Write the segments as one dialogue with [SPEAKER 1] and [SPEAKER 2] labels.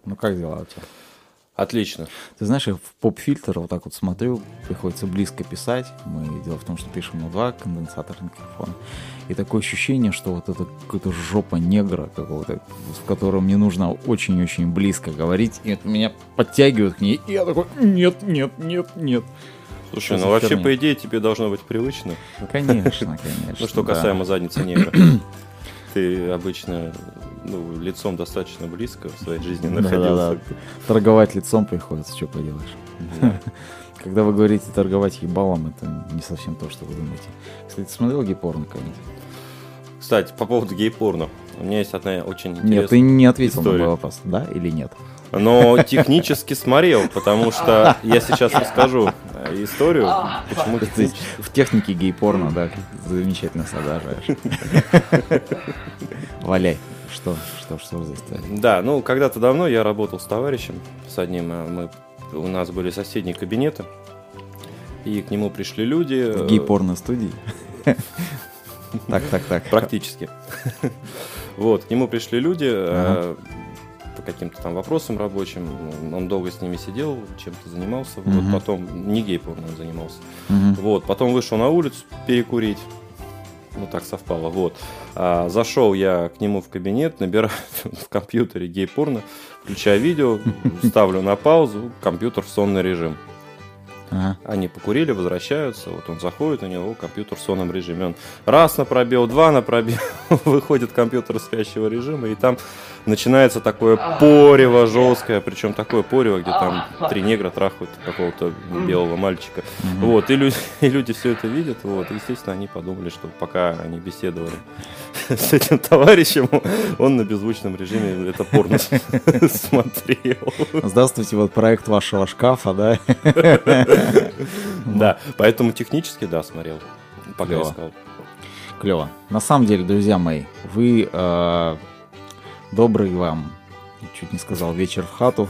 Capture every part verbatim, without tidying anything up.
[SPEAKER 1] Ну как дела у тебя?
[SPEAKER 2] Отлично.
[SPEAKER 1] Ты знаешь, я в поп-фильтр вот так вот смотрю, приходится близко писать. Мы, дело в том, что пишем на два конденсаторных микрофона. И такое ощущение, что вот это какая-то жопа негра какого-то, в котором мне нужно очень-очень близко говорить. И это меня подтягивают к ней. И я такой, нет, нет, нет, нет.
[SPEAKER 2] Слушай, ну вообще, по идее, тебе должно быть привычно.
[SPEAKER 1] Конечно, конечно.
[SPEAKER 2] Ну, что касаемо задницы негра. Ты обычно ну, лицом достаточно близко в своей жизни находился.
[SPEAKER 1] Да, да, да. Торговать лицом приходится, что поделаешь. Да. Когда вы говорите торговать ебалом, это не совсем то, что вы думаете. Кстати, ты смотрел гей-порно когда-нибудь?
[SPEAKER 2] Кстати, по поводу гей-порно. У меня есть одна очень интересная
[SPEAKER 1] Нет, ты не ответил
[SPEAKER 2] история.
[SPEAKER 1] на мой вопрос, да или нет?
[SPEAKER 2] Но технически смотрел, потому что я сейчас расскажу историю, почему
[SPEAKER 1] ты в технике гей-порно, да, замечательно соображаешь. Валяй. Что, что, что за история?
[SPEAKER 2] Да, ну, когда-то давно я работал с товарищем, с одним, мы, у нас были соседние кабинеты, и к нему пришли люди.
[SPEAKER 1] В гей-порно-студии? Так, так, так.
[SPEAKER 2] Практически. Вот, к нему пришли люди по каким-то там вопросам рабочим, он долго с ними сидел, чем-то занимался, вот, потом, не гей-порно он занимался, вот, потом вышел на улицу перекурить. Ну, так совпало, вот. А, зашел я к нему в кабинет, набираю в компьютере гей-порно, включаю видео, ставлю на паузу, компьютер в сонный режим. Ага. Они покурили, возвращаются, вот он заходит, у него компьютер в сонном режиме. Он раз на пробел, два на пробел, выходит компьютер из спящего режима, и там начинается такое порево жесткое, причем такое порево, где там три негра трахают какого-то белого мальчика. Mm-hmm. Вот, и люди, и люди все это видят, вот, и, естественно, они подумали, что пока они беседовали с этим товарищем, он на беззвучном режиме это порно смотрел.
[SPEAKER 1] Здравствуйте, вот проект вашего шкафа, да?
[SPEAKER 2] Да, поэтому технически, да, смотрел, пока искал.
[SPEAKER 1] Клево. На самом деле, друзья мои, вы э, добрый вам, чуть не сказал, вечер в хату.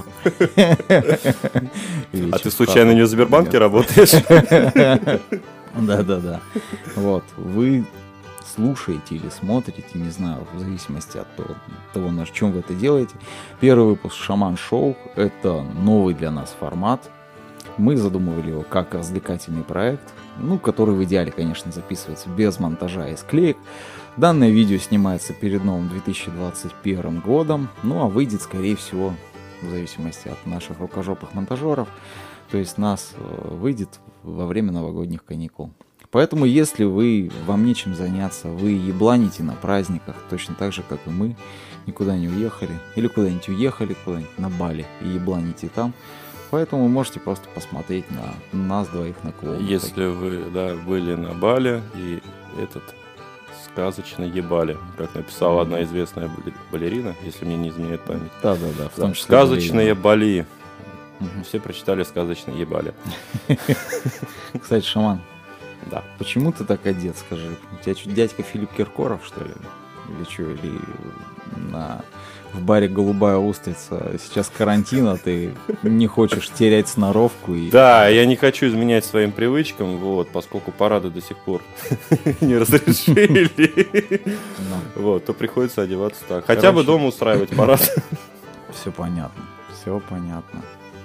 [SPEAKER 2] А ты случайно не в Сбербанке работаешь?
[SPEAKER 1] Да-да-да. Вот, вы слушаете или смотрите, не знаю, в зависимости от того, на чем вы это делаете. Первый выпуск Шаман Шоу – это новый для нас формат. Мы задумывали его как развлекательный проект, ну, который в идеале, конечно, записывается без монтажа и склеек. Данное видео снимается перед новым две тысячи двадцать первым годом, ну, а выйдет, скорее всего, в зависимости от наших рукожопых монтажеров, то есть нас выйдет во время новогодних каникул. Поэтому, если вы, вам нечем заняться, вы ебланите на праздниках, точно так же, как и мы, никуда не уехали, или куда-нибудь уехали, куда-нибудь на Бали и ебланите там, поэтому вы можете просто посмотреть на нас двоих на клоунах.
[SPEAKER 2] Если вы, да, были на Бали и этот сказочно ебали, как написала mm-hmm. одна известная балерина, если мне не изменяет память.
[SPEAKER 1] Да-да-да, в том
[SPEAKER 2] да,
[SPEAKER 1] числе
[SPEAKER 2] сказочные Бали. Mm-hmm. Все прочитали сказочные ебали.
[SPEAKER 1] Кстати, Шаман,
[SPEAKER 2] да.
[SPEAKER 1] Почему ты так одет, скажи? У тебя что, дядька Филипп Киркоров, что ли? Или что? Или на... в баре «Голубая устрица» сейчас карантин, а ты не хочешь терять сноровку? И...
[SPEAKER 2] Да, я не хочу изменять своим привычкам, вот, поскольку парады до сих пор не разрешили. Вот, то приходится одеваться так. Хотя бы дома устраивать парад.
[SPEAKER 1] Все понятно, все понятно.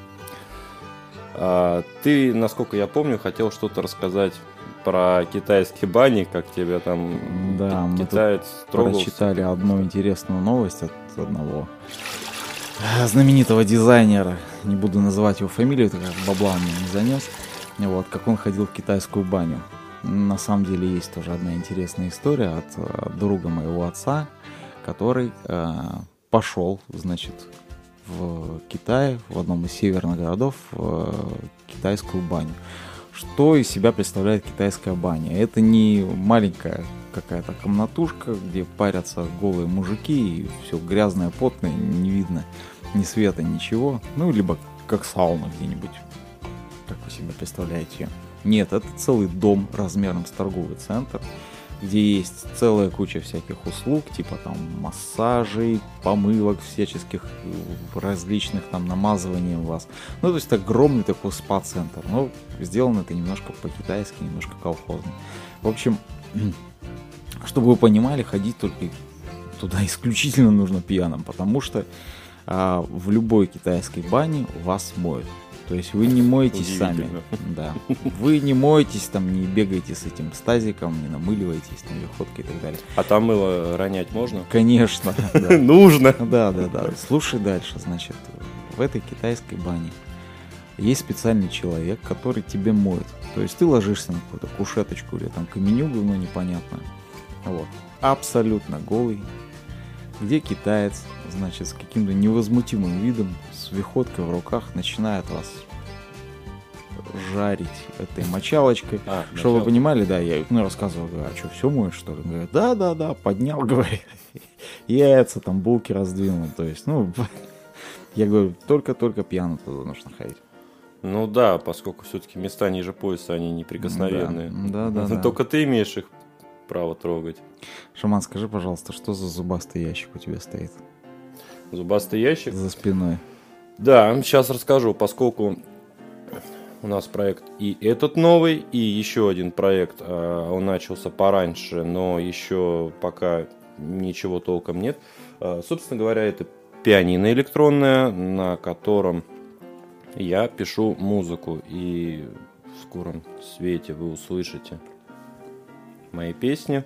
[SPEAKER 2] Ты, насколько я помню, хотел что-то рассказать про китайские бани, как тебя там
[SPEAKER 1] да,
[SPEAKER 2] китаец трогался.
[SPEAKER 1] Мы прочитали одну интересную новость от одного знаменитого дизайнера, не буду называть его фамилию, так как бабла он мне не занес, вот, как он ходил в китайскую баню. На самом деле есть тоже одна интересная история от друга моего отца, который э, пошел, значит, в Китае, в одном из северных городов, в китайскую баню. Что из себя представляет китайская баня? Это не маленькая какая-то комнатушка, где парятся голые мужики, и все грязное, потное, не видно ни света, ничего. Ну, либо как сауна где-нибудь, как вы себе представляете. Нет, это целый дом размером с торговый центр, где есть целая куча всяких услуг, типа там массажей, помывок всяческих, различных там намазываний у вас. Ну, то есть огромный такой спа-центр. Но сделано это немножко по-китайски, немножко колхозно. В общем, чтобы вы понимали, ходить только туда исключительно нужно пьяным, потому что а, в любой китайской бане вас моют. То есть вы не моетесь сами. Да. Вы не моетесь, там, не бегаете с этим стазиком, не намыливаетесь, там, виходкой и так далее.
[SPEAKER 2] А там мыло ронять можно?
[SPEAKER 1] Конечно.
[SPEAKER 2] Нужно.
[SPEAKER 1] Да, да, да. Слушай дальше, значит, в этой китайской бане есть специальный человек, который тебе моет. То есть ты ложишься на какую-то кушеточку или там каменюгу, ну непонятно. Вот. Абсолютно голый. Где китаец, значит, с каким-то невозмутимым видом, с виходкой в руках начинает вас жарить этой мочалочкой. А, Чтобы вы понимали, да, я ну, рассказывал, говорю, а что, все моешь, что ли? Говорят, да, да, да, поднял, говорит, яйца, там, булки раздвинул. То есть, ну, я говорю, только-только пьяно туда нужно ходить.
[SPEAKER 2] Ну да, поскольку все-таки места ниже пояса, они неприкосновенные.
[SPEAKER 1] Да, да, да.
[SPEAKER 2] Только ты имеешь их право трогать.
[SPEAKER 1] Шаман, скажи, пожалуйста, что за зубастый ящик у тебя стоит?
[SPEAKER 2] Зубастый ящик?
[SPEAKER 1] За спиной.
[SPEAKER 2] Да, сейчас расскажу, поскольку у нас проект и этот новый, и еще один проект, он начался пораньше, но еще пока ничего толком нет. Собственно говоря, это пианино электронное, на котором я пишу музыку, и в скором свете вы услышите мои песни.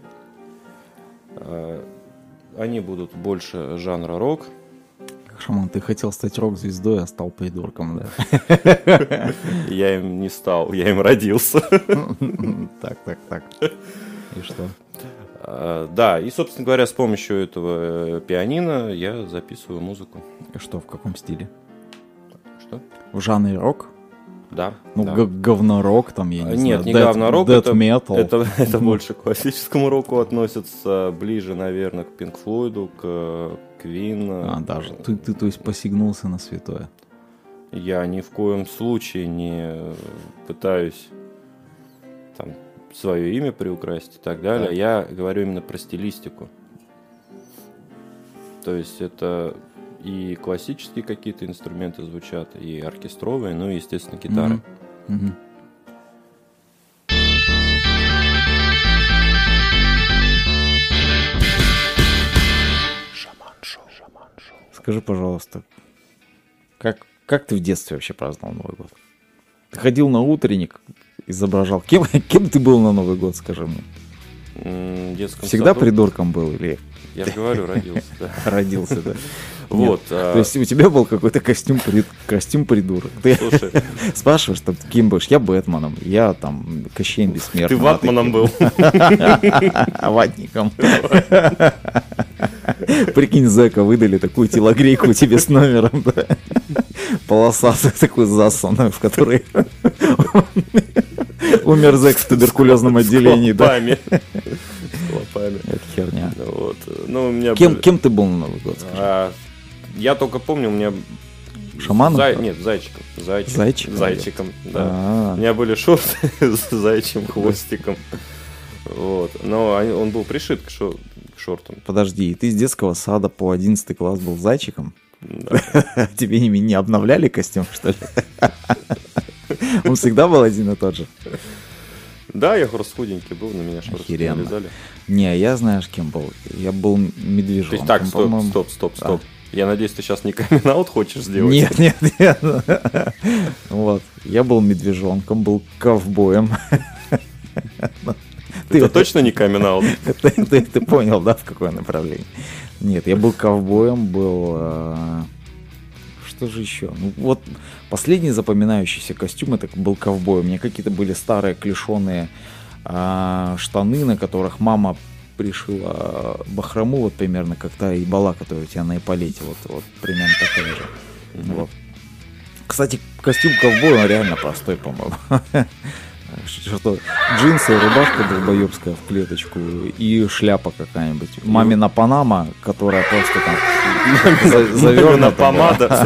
[SPEAKER 2] Они будут больше жанра рок.
[SPEAKER 1] Шаман, ты хотел стать рок-звездой, а стал придурком, да?
[SPEAKER 2] Я им не стал, я им родился.
[SPEAKER 1] Так, так, так. И что?
[SPEAKER 2] Да, и, собственно говоря, с помощью этого пианино я записываю музыку.
[SPEAKER 1] И что, в каком стиле?
[SPEAKER 2] Что?
[SPEAKER 1] В жанре рок?
[SPEAKER 2] Да.
[SPEAKER 1] Ну,
[SPEAKER 2] да.
[SPEAKER 1] Г- говно-рок там, я не
[SPEAKER 2] Нет,
[SPEAKER 1] знаю.
[SPEAKER 2] Нет, не говно-рок, это,
[SPEAKER 1] metal.
[SPEAKER 2] это, это больше к классическому року относится, ближе, наверное, к Pink Floyd, к Queen.
[SPEAKER 1] А, даже. Ты, ты, то есть, посягнулся на святое?
[SPEAKER 2] Я ни в коем случае не пытаюсь там свое имя приукрасить и так далее. Да. Я говорю именно про стилистику. То есть это и классические какие-то инструменты звучат, и оркестровые, ну и, естественно, гитары. Mm-hmm. Mm-hmm.
[SPEAKER 1] Шаман-шоу. Шаман-шоу. Скажи, пожалуйста, как, как ты в детстве вообще праздновал Новый год? Ты ходил на утренник, изображал. Кем, кем ты был на Новый год, скажи мне?
[SPEAKER 2] Mm, детском
[SPEAKER 1] Всегда
[SPEAKER 2] саду.
[SPEAKER 1] Придурком был или...
[SPEAKER 2] Я говорю, родился, да.
[SPEAKER 1] Родился, да.
[SPEAKER 2] Вот.
[SPEAKER 1] А... То есть у тебя был какой-то костюм, при... костюм придурок. Ты
[SPEAKER 2] Слушай,
[SPEAKER 1] спрашиваешь, там, кем будешь? Я Бэтменом, я там Кощеем Бессмертным.
[SPEAKER 2] Ты ватманом был.
[SPEAKER 1] Ватником. Прикинь, зэка выдали такую телогрейку тебе с номером, да? Полосатую такую засаную, в которой умер зэк в туберкулезном отделении, да?
[SPEAKER 2] Лопами.
[SPEAKER 1] Это херня.
[SPEAKER 2] Вот. Ну, у меня
[SPEAKER 1] кем,
[SPEAKER 2] были...
[SPEAKER 1] кем ты был на Новый год, скажи?
[SPEAKER 2] А, я только помню, у меня...
[SPEAKER 1] Шаманом?
[SPEAKER 2] Зай... Нет, зайчиком. Зайчик.
[SPEAKER 1] Зайчиком?
[SPEAKER 2] Зайчиком, да.
[SPEAKER 1] А-а-а.
[SPEAKER 2] У меня были шорты с зайчьим хвостиком. Вот. Но он был пришит к, шор... к шортам.
[SPEAKER 1] Подожди, и ты с детского сада по одиннадцатый класс был зайчиком?
[SPEAKER 2] Да.
[SPEAKER 1] Тебе не, не обновляли костюм, что ли? Он всегда был один и тот же?
[SPEAKER 2] Да, я просто худенький был, на меня шорты налезали.
[SPEAKER 1] Не, я знаешь, кем был? Я был медвежонком.
[SPEAKER 2] Так, стоп, стоп, стоп, стоп. А. Я надеюсь, ты сейчас не камин-аут хочешь сделать?
[SPEAKER 1] Нет, нет, нет. Вот. Я был медвежонком, был ковбоем.
[SPEAKER 2] Ты это точно не камин-аут?
[SPEAKER 1] ты, ты, ты понял, да, в какое направление? Нет, я был ковбоем, был... А... Что же еще? Ну, вот последний запоминающийся костюм это был ковбой. У меня какие-то были старые клешеные а, штаны, на которых мама пришила бахрому, вот примерно как та ибала, которая у тебя на эполете, вот, вот примерно такая же. Mm-hmm. Вот. Кстати, костюм ковбоя он реально простой, по-моему. Что джинсы, рубашка долбоебская в клеточку и шляпа какая-нибудь. Мамина панама, которая просто там завернута.
[SPEAKER 2] Помада,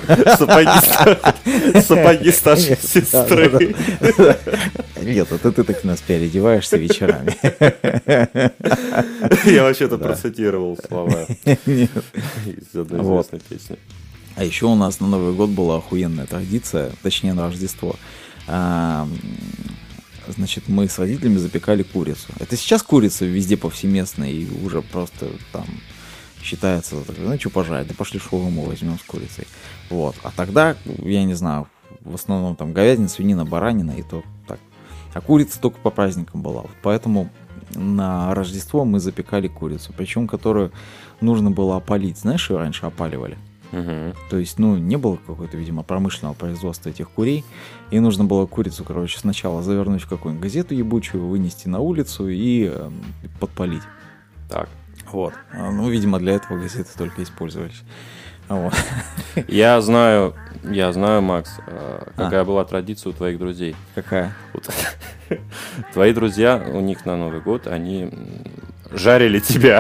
[SPEAKER 2] сапоги старшей сестры.
[SPEAKER 1] Нет, это ты так нас переодеваешься вечерами.
[SPEAKER 2] Я вообще-то процитировал слова из одной известной песни.
[SPEAKER 1] А еще у нас на Новый год была охуенная традиция, точнее на Рождество. Значит, мы с родителями запекали курицу. Это сейчас курица везде повсеместная, и уже просто там считается, ну, что пожарить, да пошли шаурму возьмем с курицей. Вот. А тогда, я не знаю, в основном там говядина, свинина, баранина, и то так. А курица только по праздникам была. Вот поэтому на Рождество мы запекали курицу, причем которую нужно было опалить. Знаешь, ее раньше опаливали.
[SPEAKER 2] Угу.
[SPEAKER 1] То есть, ну, не было какого-то, видимо, промышленного производства этих курей, и нужно было курицу, короче, сначала завернуть в какую-нибудь газету ебучую, вынести на улицу и э, подпалить.
[SPEAKER 2] Так.
[SPEAKER 1] Вот. Ну, видимо, для этого газеты только использовались. Вот.
[SPEAKER 2] Я знаю, я знаю, Макс, какая а. была традиция у твоих друзей.
[SPEAKER 1] Какая?
[SPEAKER 2] Вот. Твои друзья, у них на Новый год, они жарили тебя.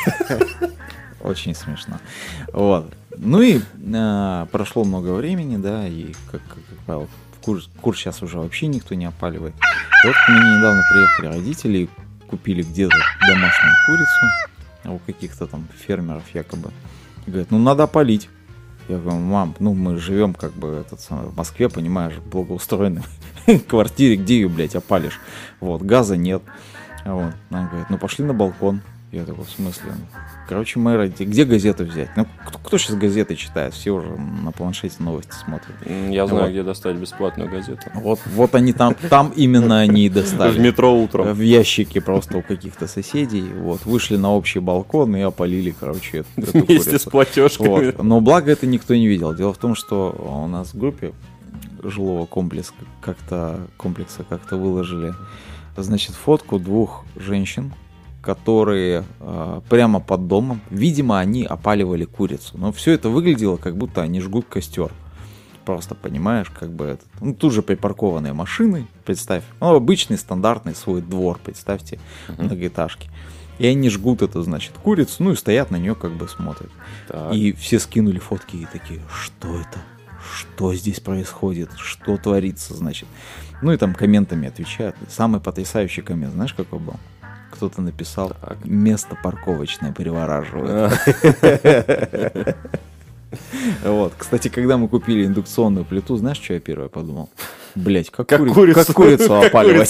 [SPEAKER 1] Очень смешно. Вот. Ну и э, прошло много времени, да, и, как, как, как правило, кур, кур сейчас уже вообще никто не опаливает. И вот к мне недавно приехали родители и купили где-то домашнюю курицу у каких-то там фермеров якобы. И говорят, ну надо опалить. Я говорю, мам, ну мы живем как бы этот, в Москве, понимаешь, в благоустроенной квартире, где ее, блядь, опалишь? Вот, газа нет. Вот. Она говорит, ну пошли на балкон. Я такой, в смысле? Короче, мои родители, где газету взять? Ну, кто, кто сейчас газеты читает? Все уже на планшете новости смотрят.
[SPEAKER 2] Я знаю,
[SPEAKER 1] вот.
[SPEAKER 2] Где достать бесплатную газету.
[SPEAKER 1] Вот, вот они там, там именно они и достали.
[SPEAKER 2] В метро утром.
[SPEAKER 1] В ящике просто у каких-то соседей. Вот, вышли на общий балкон и опалили, короче, эту, эту
[SPEAKER 2] вместе
[SPEAKER 1] курицу.
[SPEAKER 2] с платежками.
[SPEAKER 1] Вот. Но благо это никто не видел. Дело в том, что у нас в группе жилого комплекса как-то, комплекса как-то выложили, значит, фотку двух женщин, которые э, прямо под домом, видимо, они опаливали курицу. Но все это выглядело, как будто они жгут костер. Просто, понимаешь, как бы это... Ну, тут же припаркованные машины, представь. Ну, обычный, стандартный свой двор, представьте, uh-huh. многоэтажки. И они жгут эту, значит, курицу, ну и стоят на нее, как бы смотрят. Так. И все скинули фотки и такие, что это? Что здесь происходит? Что творится, значит? Ну и там комментами отвечают. Самый потрясающий коммент, знаешь, какой был? Кто-то написал, так. Место парковочное перевораживает. Вот. Кстати, когда мы купили индукционную плиту, знаешь, что я первое подумал? Блять, как, как, кури... курицу. как курицу опаливать.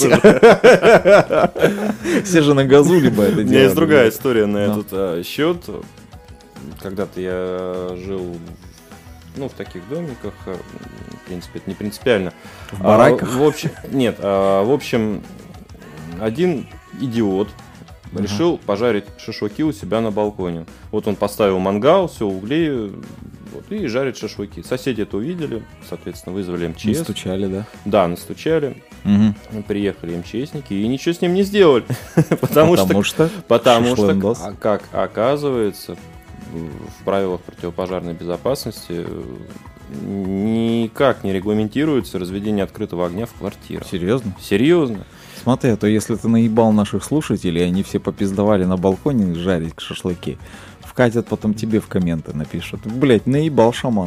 [SPEAKER 1] Все же на газу либо это делают.
[SPEAKER 2] У меня есть другая история на этот счет. Когда-то я жил, ну, в таких домиках, в принципе, это не принципиально.
[SPEAKER 1] В бараках?
[SPEAKER 2] В общем, нет, в общем, один идиот uh-huh. решил пожарить шашлыки у себя на балконе. Вот он поставил мангал, все, угли, вот, и жарит шашлыки. Соседи это увидели, соответственно, вызвали эм че эс.
[SPEAKER 1] Настучали, да?
[SPEAKER 2] Да, настучали.
[SPEAKER 1] Uh-huh.
[SPEAKER 2] Приехали эм че эсники и ничего с ним не сделали. Потому что, потому что, как оказывается, в правилах противопожарной безопасности никак не регламентируется разведение открытого огня в квартирах.
[SPEAKER 1] Серьезно?
[SPEAKER 2] Серьезно.
[SPEAKER 1] Смотри, а то если ты наебал наших слушателей, они все попиздовали на балконе жарить шашлыки, вкатят потом тебе в комменты, напишут, блять, наебал шаман.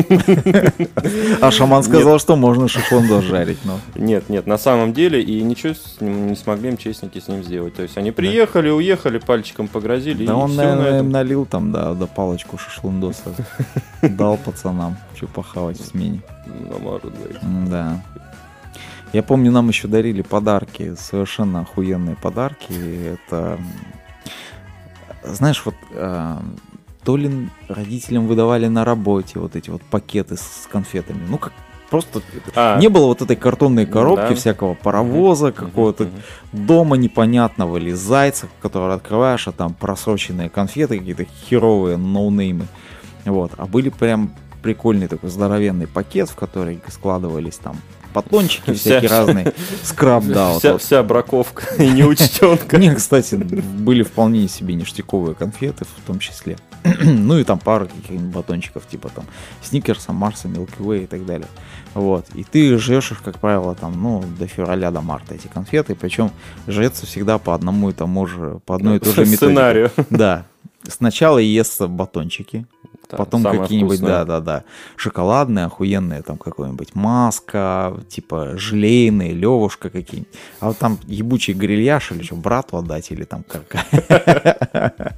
[SPEAKER 1] А шаман сказал, что можно шашлындос жарить.
[SPEAKER 2] Нет, нет, на самом деле, и ничего не смогли мчесники с ним сделать. То есть они приехали, уехали, пальчиком погрозили.
[SPEAKER 1] Да он, наверное, им налил там, да, до палочку шашлындоса. Дал пацанам, что похавать в смене.
[SPEAKER 2] Ну, может быть.
[SPEAKER 1] Да. Я помню, нам еще дарили подарки, совершенно охуенные подарки. Это, знаешь, вот э, то ли родителям выдавали на работе вот эти вот пакеты с конфетами. Ну, как просто а, не было вот этой картонной коробки, да. всякого паровоза, какого-то uh-huh. дома непонятного или зайца, который открываешь, а там просроченные конфеты, какие-то херовые ноунеймы. Вот. А были прям прикольный такой здоровенный пакет, в который складывались там батончики всякие разные, скраб, да.
[SPEAKER 2] Вся, вот, вся браковка и неучтенка.
[SPEAKER 1] Нет, кстати, были вполне себе ништяковые конфеты в том числе. Ну и там пару каких-нибудь батончиков, типа там Сникерса, Марса, Milky Way и так далее. Вот. И ты жрешь их, как правило, там, ну, до февраля, до марта эти конфеты. Причем жрется всегда по одному и тому же, по одной и той же методике.
[SPEAKER 2] Сценарию.
[SPEAKER 1] Да. Сначала естся батончики. Да, потом какие-нибудь, да-да-да, шоколадные, охуенные, там какой-нибудь маска, типа желейные, левушка какие-нибудь. А вот там ебучий грильяж или что, брату отдать или там как.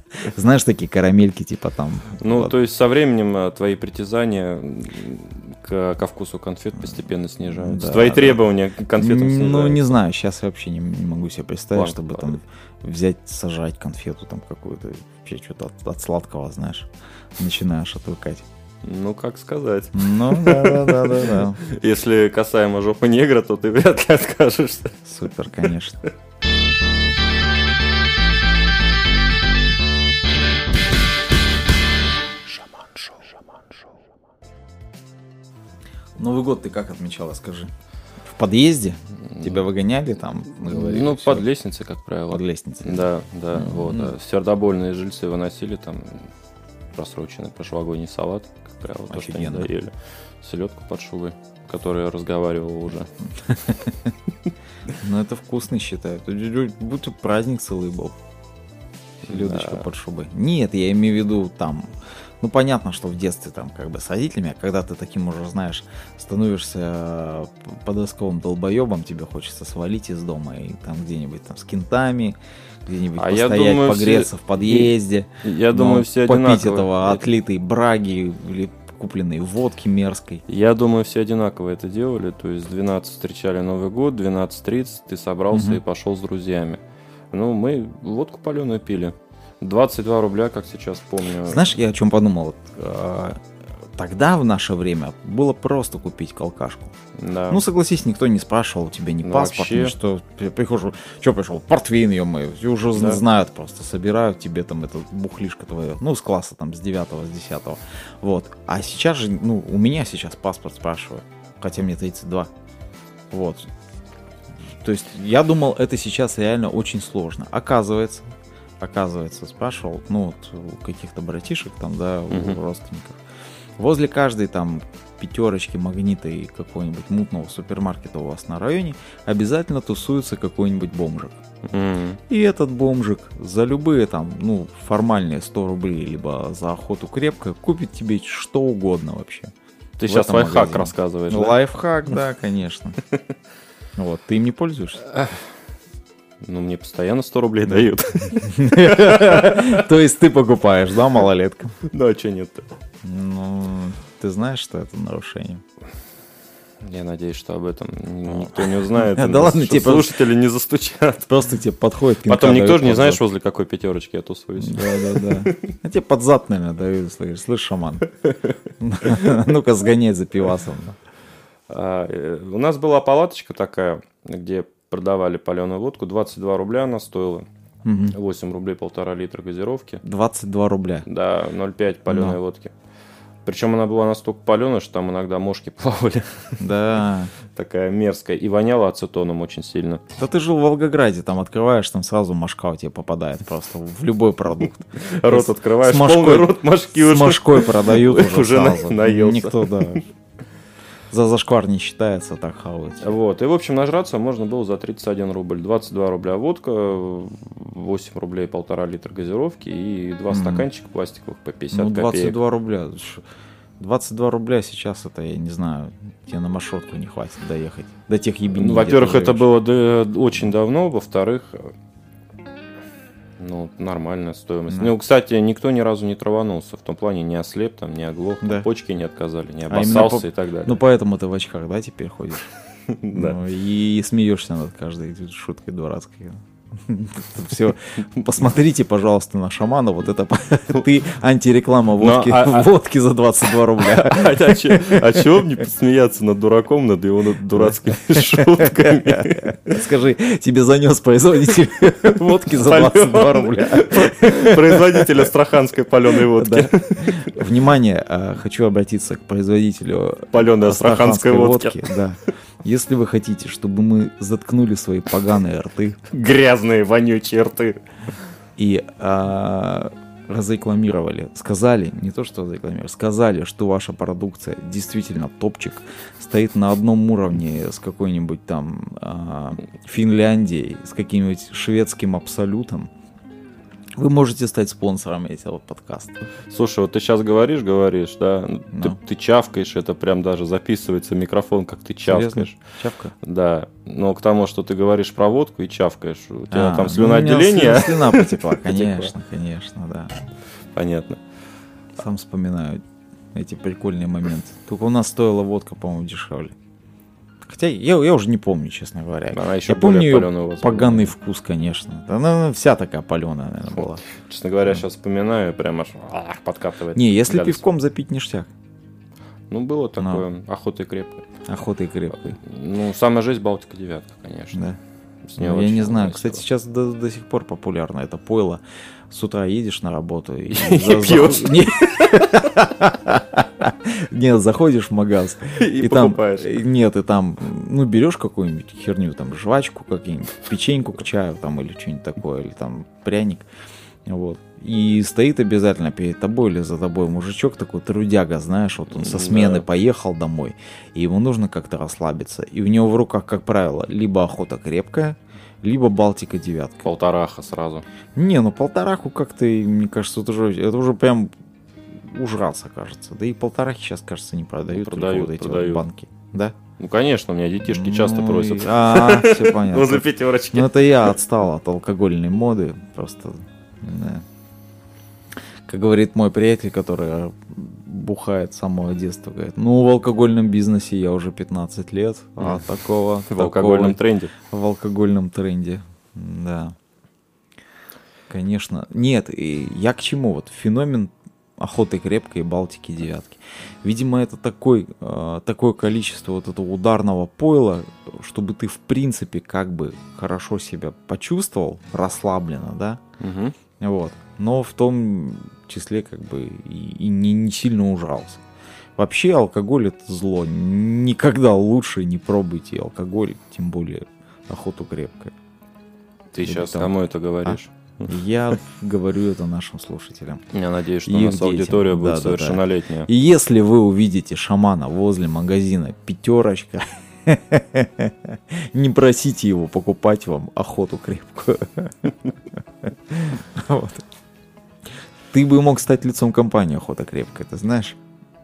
[SPEAKER 1] Знаешь, такие карамельки типа там.
[SPEAKER 2] Ну, то есть со временем твои притязания к, ко вкусу конфет постепенно снижаются.
[SPEAKER 1] Да,
[SPEAKER 2] Твои
[SPEAKER 1] да.
[SPEAKER 2] требования к конфетам снижаются.
[SPEAKER 1] Ну, не знаю, сейчас я вообще не, не могу себе представить,
[SPEAKER 2] План
[SPEAKER 1] чтобы
[SPEAKER 2] падает.
[SPEAKER 1] там взять, сажать конфету там какую-то, вообще что-то от, от сладкого, знаешь, начинаешь отвыкать.
[SPEAKER 2] Ну, как сказать.
[SPEAKER 1] Ну, да-да-да-да-да.
[SPEAKER 2] Если касаемо жопы негра, то ты вряд ли откажешься.
[SPEAKER 1] Супер, конечно. Новый год ты как отмечала, скажи? В подъезде? Тебя выгоняли там? Говорили,
[SPEAKER 2] Ну,
[SPEAKER 1] всё?
[SPEAKER 2] под лестницей, как правило.
[SPEAKER 1] Под лестницей.
[SPEAKER 2] Да, да,
[SPEAKER 1] Мгм.
[SPEAKER 2] вот. А сердобольные жильцы выносили там просроченный прошлогодний салат, как правило, то, что они
[SPEAKER 1] Офигенно.
[SPEAKER 2] доели. Селедку под шубой, которая разговаривала уже.
[SPEAKER 1] Ну, это вкусно считают. Будто праздник целый был. Селедочка
[SPEAKER 2] Да.
[SPEAKER 1] под шубой. Нет, я имею в виду там... Ну, понятно, что в детстве там как бы с родителями, а когда ты таким уже, знаешь, становишься подростковым долбоебом, тебе хочется свалить из дома и там где-нибудь там с кентами, где-нибудь
[SPEAKER 2] А я
[SPEAKER 1] постоять,
[SPEAKER 2] думаю,
[SPEAKER 1] погреться
[SPEAKER 2] все-
[SPEAKER 1] в подъезде.
[SPEAKER 2] Я
[SPEAKER 1] но
[SPEAKER 2] думаю, все
[SPEAKER 1] попить
[SPEAKER 2] одинаковые.
[SPEAKER 1] этого отлитой браги или купленной водки мерзкой.
[SPEAKER 2] Я думаю, все одинаково это делали. То есть в двенадцать встречали Новый год, двенадцать тридцать ты собрался
[SPEAKER 1] Мгм.
[SPEAKER 2] и пошел с друзьями. Ну, мы водку паленую пили. двадцать два рубля, как сейчас помню.
[SPEAKER 1] Знаешь, я о чем подумал? Вот, а, тогда, в наше время, было просто купить колкашку.
[SPEAKER 2] Да.
[SPEAKER 1] Ну, согласись, никто не спрашивал у тебя ни
[SPEAKER 2] Ну,
[SPEAKER 1] паспорт,
[SPEAKER 2] вообще.
[SPEAKER 1] ни что. Я прихожу, что пришел? Портвейн, ё-моё. И уже
[SPEAKER 2] Да.
[SPEAKER 1] знают просто, собирают тебе там это бухлишко твое. Ну, с класса там, с девятого, с десятого. Вот. А сейчас же, ну, у меня сейчас паспорт спрашивают, хотя мне тридцать два. Вот. То есть, я думал, это сейчас реально очень сложно. Оказывается, оказывается, спрашивал, ну, вот у каких-то братишек там, да, у
[SPEAKER 2] Мгм.
[SPEAKER 1] родственников. Возле каждой там пятерочки, магнита и какого-нибудь мутного супермаркета у вас на районе обязательно тусуется какой-нибудь бомжик.
[SPEAKER 2] М.
[SPEAKER 1] И этот бомжик за любые там, ну, формальные сто рублей, либо за охоту крепко, купит тебе что угодно вообще.
[SPEAKER 2] Ты
[SPEAKER 1] в
[SPEAKER 2] сейчас
[SPEAKER 1] этом
[SPEAKER 2] лайфхак
[SPEAKER 1] магазине.
[SPEAKER 2] рассказываешь.
[SPEAKER 1] Ну,
[SPEAKER 2] да?
[SPEAKER 1] лайфхак, да, конечно. Вот, ты им не пользуешься?
[SPEAKER 2] Ну, мне постоянно сто рублей дают.
[SPEAKER 1] То есть ты покупаешь, да, малолетка?
[SPEAKER 2] Ну, а что нет-то?
[SPEAKER 1] Ну, ты знаешь, что это нарушение?
[SPEAKER 2] Я надеюсь, что об этом никто не узнает.
[SPEAKER 1] Да
[SPEAKER 2] и нас
[SPEAKER 1] ладно,
[SPEAKER 2] что
[SPEAKER 1] тебе
[SPEAKER 2] слушатели не застучат.
[SPEAKER 1] Просто тебе подходит пинка
[SPEAKER 2] Потом никто
[SPEAKER 1] дает
[SPEAKER 2] же не
[SPEAKER 1] под
[SPEAKER 2] знаешь,
[SPEAKER 1] зад.
[SPEAKER 2] возле какой пятерочки я тусуюсь.
[SPEAKER 1] Да, да, да. А тебе под зад, наверное, дают, слышишь, слышь, шаман. Ну-ка, сгоняй за пивасом.
[SPEAKER 2] А, э, у нас была палаточка такая, где продавали паленую водку. двадцать два рубля она стоила.
[SPEAKER 1] Мгм.
[SPEAKER 2] восемь рублей полтора литра газировки.
[SPEAKER 1] двадцать два рубля.
[SPEAKER 2] Да, ноль пять паленой
[SPEAKER 1] Ну.
[SPEAKER 2] водки. Причем она была настолько паленая, что там иногда мошки плавали.
[SPEAKER 1] Да.
[SPEAKER 2] Такая мерзкая. И воняла ацетоном очень сильно.
[SPEAKER 1] Да ты жил в Волгограде, там открываешь, там сразу мошка у тебя попадает просто в любой продукт.
[SPEAKER 2] Рот открываешь,
[SPEAKER 1] с
[SPEAKER 2] полный
[SPEAKER 1] мошкой-
[SPEAKER 2] рот мошки
[SPEAKER 1] С
[SPEAKER 2] уже.
[SPEAKER 1] мошкой продают уже
[SPEAKER 2] Уже на-
[SPEAKER 1] сразу.
[SPEAKER 2] наелся.
[SPEAKER 1] Никто, да. За зашквар не считается, так хавать.
[SPEAKER 2] Вот. И, в общем, нажраться можно было за тридцать один рубль. двадцать два рубля водка, восемь рублей полтора литра газировки и два
[SPEAKER 1] Мгм.
[SPEAKER 2] стаканчика пластиковых по пятьдесят
[SPEAKER 1] Ну,
[SPEAKER 2] копеек.
[SPEAKER 1] двадцать два рубля. Ш- двадцать два рубля сейчас это, я не знаю, тебе на маршрутку не хватит доехать. До тех ебеней.
[SPEAKER 2] Ну,
[SPEAKER 1] где
[SPEAKER 2] во-первых,
[SPEAKER 1] ты
[SPEAKER 2] это
[SPEAKER 1] живешь.
[SPEAKER 2] было да, очень давно. Во-вторых, ну, нормальная стоимость.
[SPEAKER 1] Да.
[SPEAKER 2] Ну, кстати, никто ни разу не траванулся. В том плане не ослеп, там, не оглох, там,
[SPEAKER 1] Да.
[SPEAKER 2] почки не отказали, не
[SPEAKER 1] А именно
[SPEAKER 2] обоссался
[SPEAKER 1] по-
[SPEAKER 2] и так далее.
[SPEAKER 1] Ну, поэтому ты в очках, да, теперь ходишь?
[SPEAKER 2] Да.
[SPEAKER 1] Ну, и смеешься над каждой шуткой дурацкой. Все. Посмотрите, пожалуйста, на шамана. Вот это ты антиреклама водки,
[SPEAKER 2] Ну, а- а-
[SPEAKER 1] водки за двадцать два рубля.
[SPEAKER 2] А чё- а чего мне посмеяться над дураком, над его над дурацкими шутками?
[SPEAKER 1] Скажи, тебе занес производитель водки за двадцать два рубля.
[SPEAKER 2] Производитель астраханской паленой водки.
[SPEAKER 1] Да. Внимание, а, хочу обратиться к производителю
[SPEAKER 2] Паленой астраханской водки.
[SPEAKER 1] Да. Если вы хотите, чтобы мы заткнули свои поганые рты
[SPEAKER 2] Грязные, вонючие рты.
[SPEAKER 1] и а, разрекламировали, сказали, не то что разрекламировали, сказали, что ваша продукция действительно топчик, стоит на одном уровне с какой-нибудь там а, Финляндией, с каким-нибудь шведским абсолютом, вы можете стать спонсором этого подкаста.
[SPEAKER 2] Слушай, вот ты сейчас говоришь, говоришь, да, ты,
[SPEAKER 1] Ну.
[SPEAKER 2] ты чавкаешь, это прям даже записывается микрофон, как ты чавкаешь.
[SPEAKER 1] Серьезно? Чавка?
[SPEAKER 2] Да, но к тому, что ты говоришь про водку и чавкаешь, у тебя
[SPEAKER 1] А,
[SPEAKER 2] там
[SPEAKER 1] ну,
[SPEAKER 2] слюноотделение.
[SPEAKER 1] у меня слюна потекла, конечно, конечно, да.
[SPEAKER 2] Понятно.
[SPEAKER 1] Сам вспоминаю эти прикольные моменты. Только у нас стоила водка, по-моему, дешевле. Хотя я, я уже не помню, честно говоря.
[SPEAKER 2] Она еще
[SPEAKER 1] я помню
[SPEAKER 2] ее
[SPEAKER 1] поганый вкус, конечно. Она вся такая паленая, наверное, была.
[SPEAKER 2] Честно говоря, сейчас вспоминаю, прям аж ах, подкатывает.
[SPEAKER 1] Не, если гадость. Пивком запить ништяк.
[SPEAKER 2] Ну, было такое, Но. охотой крепкой.
[SPEAKER 1] Охотой крепкой.
[SPEAKER 2] Ну, самая жизнь Балтика девятка, конечно.
[SPEAKER 1] Да. Ну, я не знаю, кстати, сейчас до, до сих пор популярно это пойло. С утра едешь на работу и
[SPEAKER 2] пьешь.
[SPEAKER 1] Нет, заходишь в магаз
[SPEAKER 2] и покупаешь.
[SPEAKER 1] Нет, и там, ну, берешь какую-нибудь херню, там, жвачку какую-нибудь, печеньку к чаю, там, или что-нибудь такое, или там пряник, вот. И стоит обязательно перед тобой или за тобой мужичок такой трудяга, знаешь, вот он со смены да. поехал домой, и ему нужно как-то расслабиться. И у него в руках, как правило, либо охота крепкая, либо Балтика девятка.
[SPEAKER 2] Полтораха сразу.
[SPEAKER 1] Не, ну полтораху как-то, мне кажется, это уже, это уже прям ужраться, кажется. Да и полторахи сейчас, кажется, не продают,
[SPEAKER 2] ну, продают
[SPEAKER 1] вот эти
[SPEAKER 2] продают.
[SPEAKER 1] Вот банки. Да?
[SPEAKER 2] Ну, конечно, у меня детишки ну, часто просят.
[SPEAKER 1] А, все понятно.
[SPEAKER 2] Возле пятерочки.
[SPEAKER 1] Ну, это я отстал от алкогольной моды, просто, да. Как говорит мой приятель, который бухает с самого детства, говорит, ну, в алкогольном бизнесе я уже пятнадцать лет, а mm. такого...
[SPEAKER 2] В алкогольном тренде.
[SPEAKER 1] В алкогольном тренде, да. Конечно. Нет, и я к чему? Вот феномен охоты крепкой и Балтики девятки. Видимо, это такой, э, такое количество вот этого ударного пойла, чтобы ты, в принципе, как бы хорошо себя почувствовал, расслабленно, да?
[SPEAKER 2] Угу.
[SPEAKER 1] Вот. Но в том числе как бы и, и не, не сильно ужрался. Вообще алкоголь это зло. Никогда лучше не пробуйте алкоголь, тем более охоту крепкой.
[SPEAKER 2] Ты Или сейчас там... кому это говоришь?
[SPEAKER 1] А? Я говорю это нашим слушателям.
[SPEAKER 2] Я надеюсь, что у нас аудитория будет да, совершеннолетняя.
[SPEAKER 1] Да, да. И если вы увидите шамана возле магазина «Пятерочка», не просите его покупать вам охоту крепкую. Вот. Ты бы мог стать лицом компании «Охота крепкая», ты знаешь?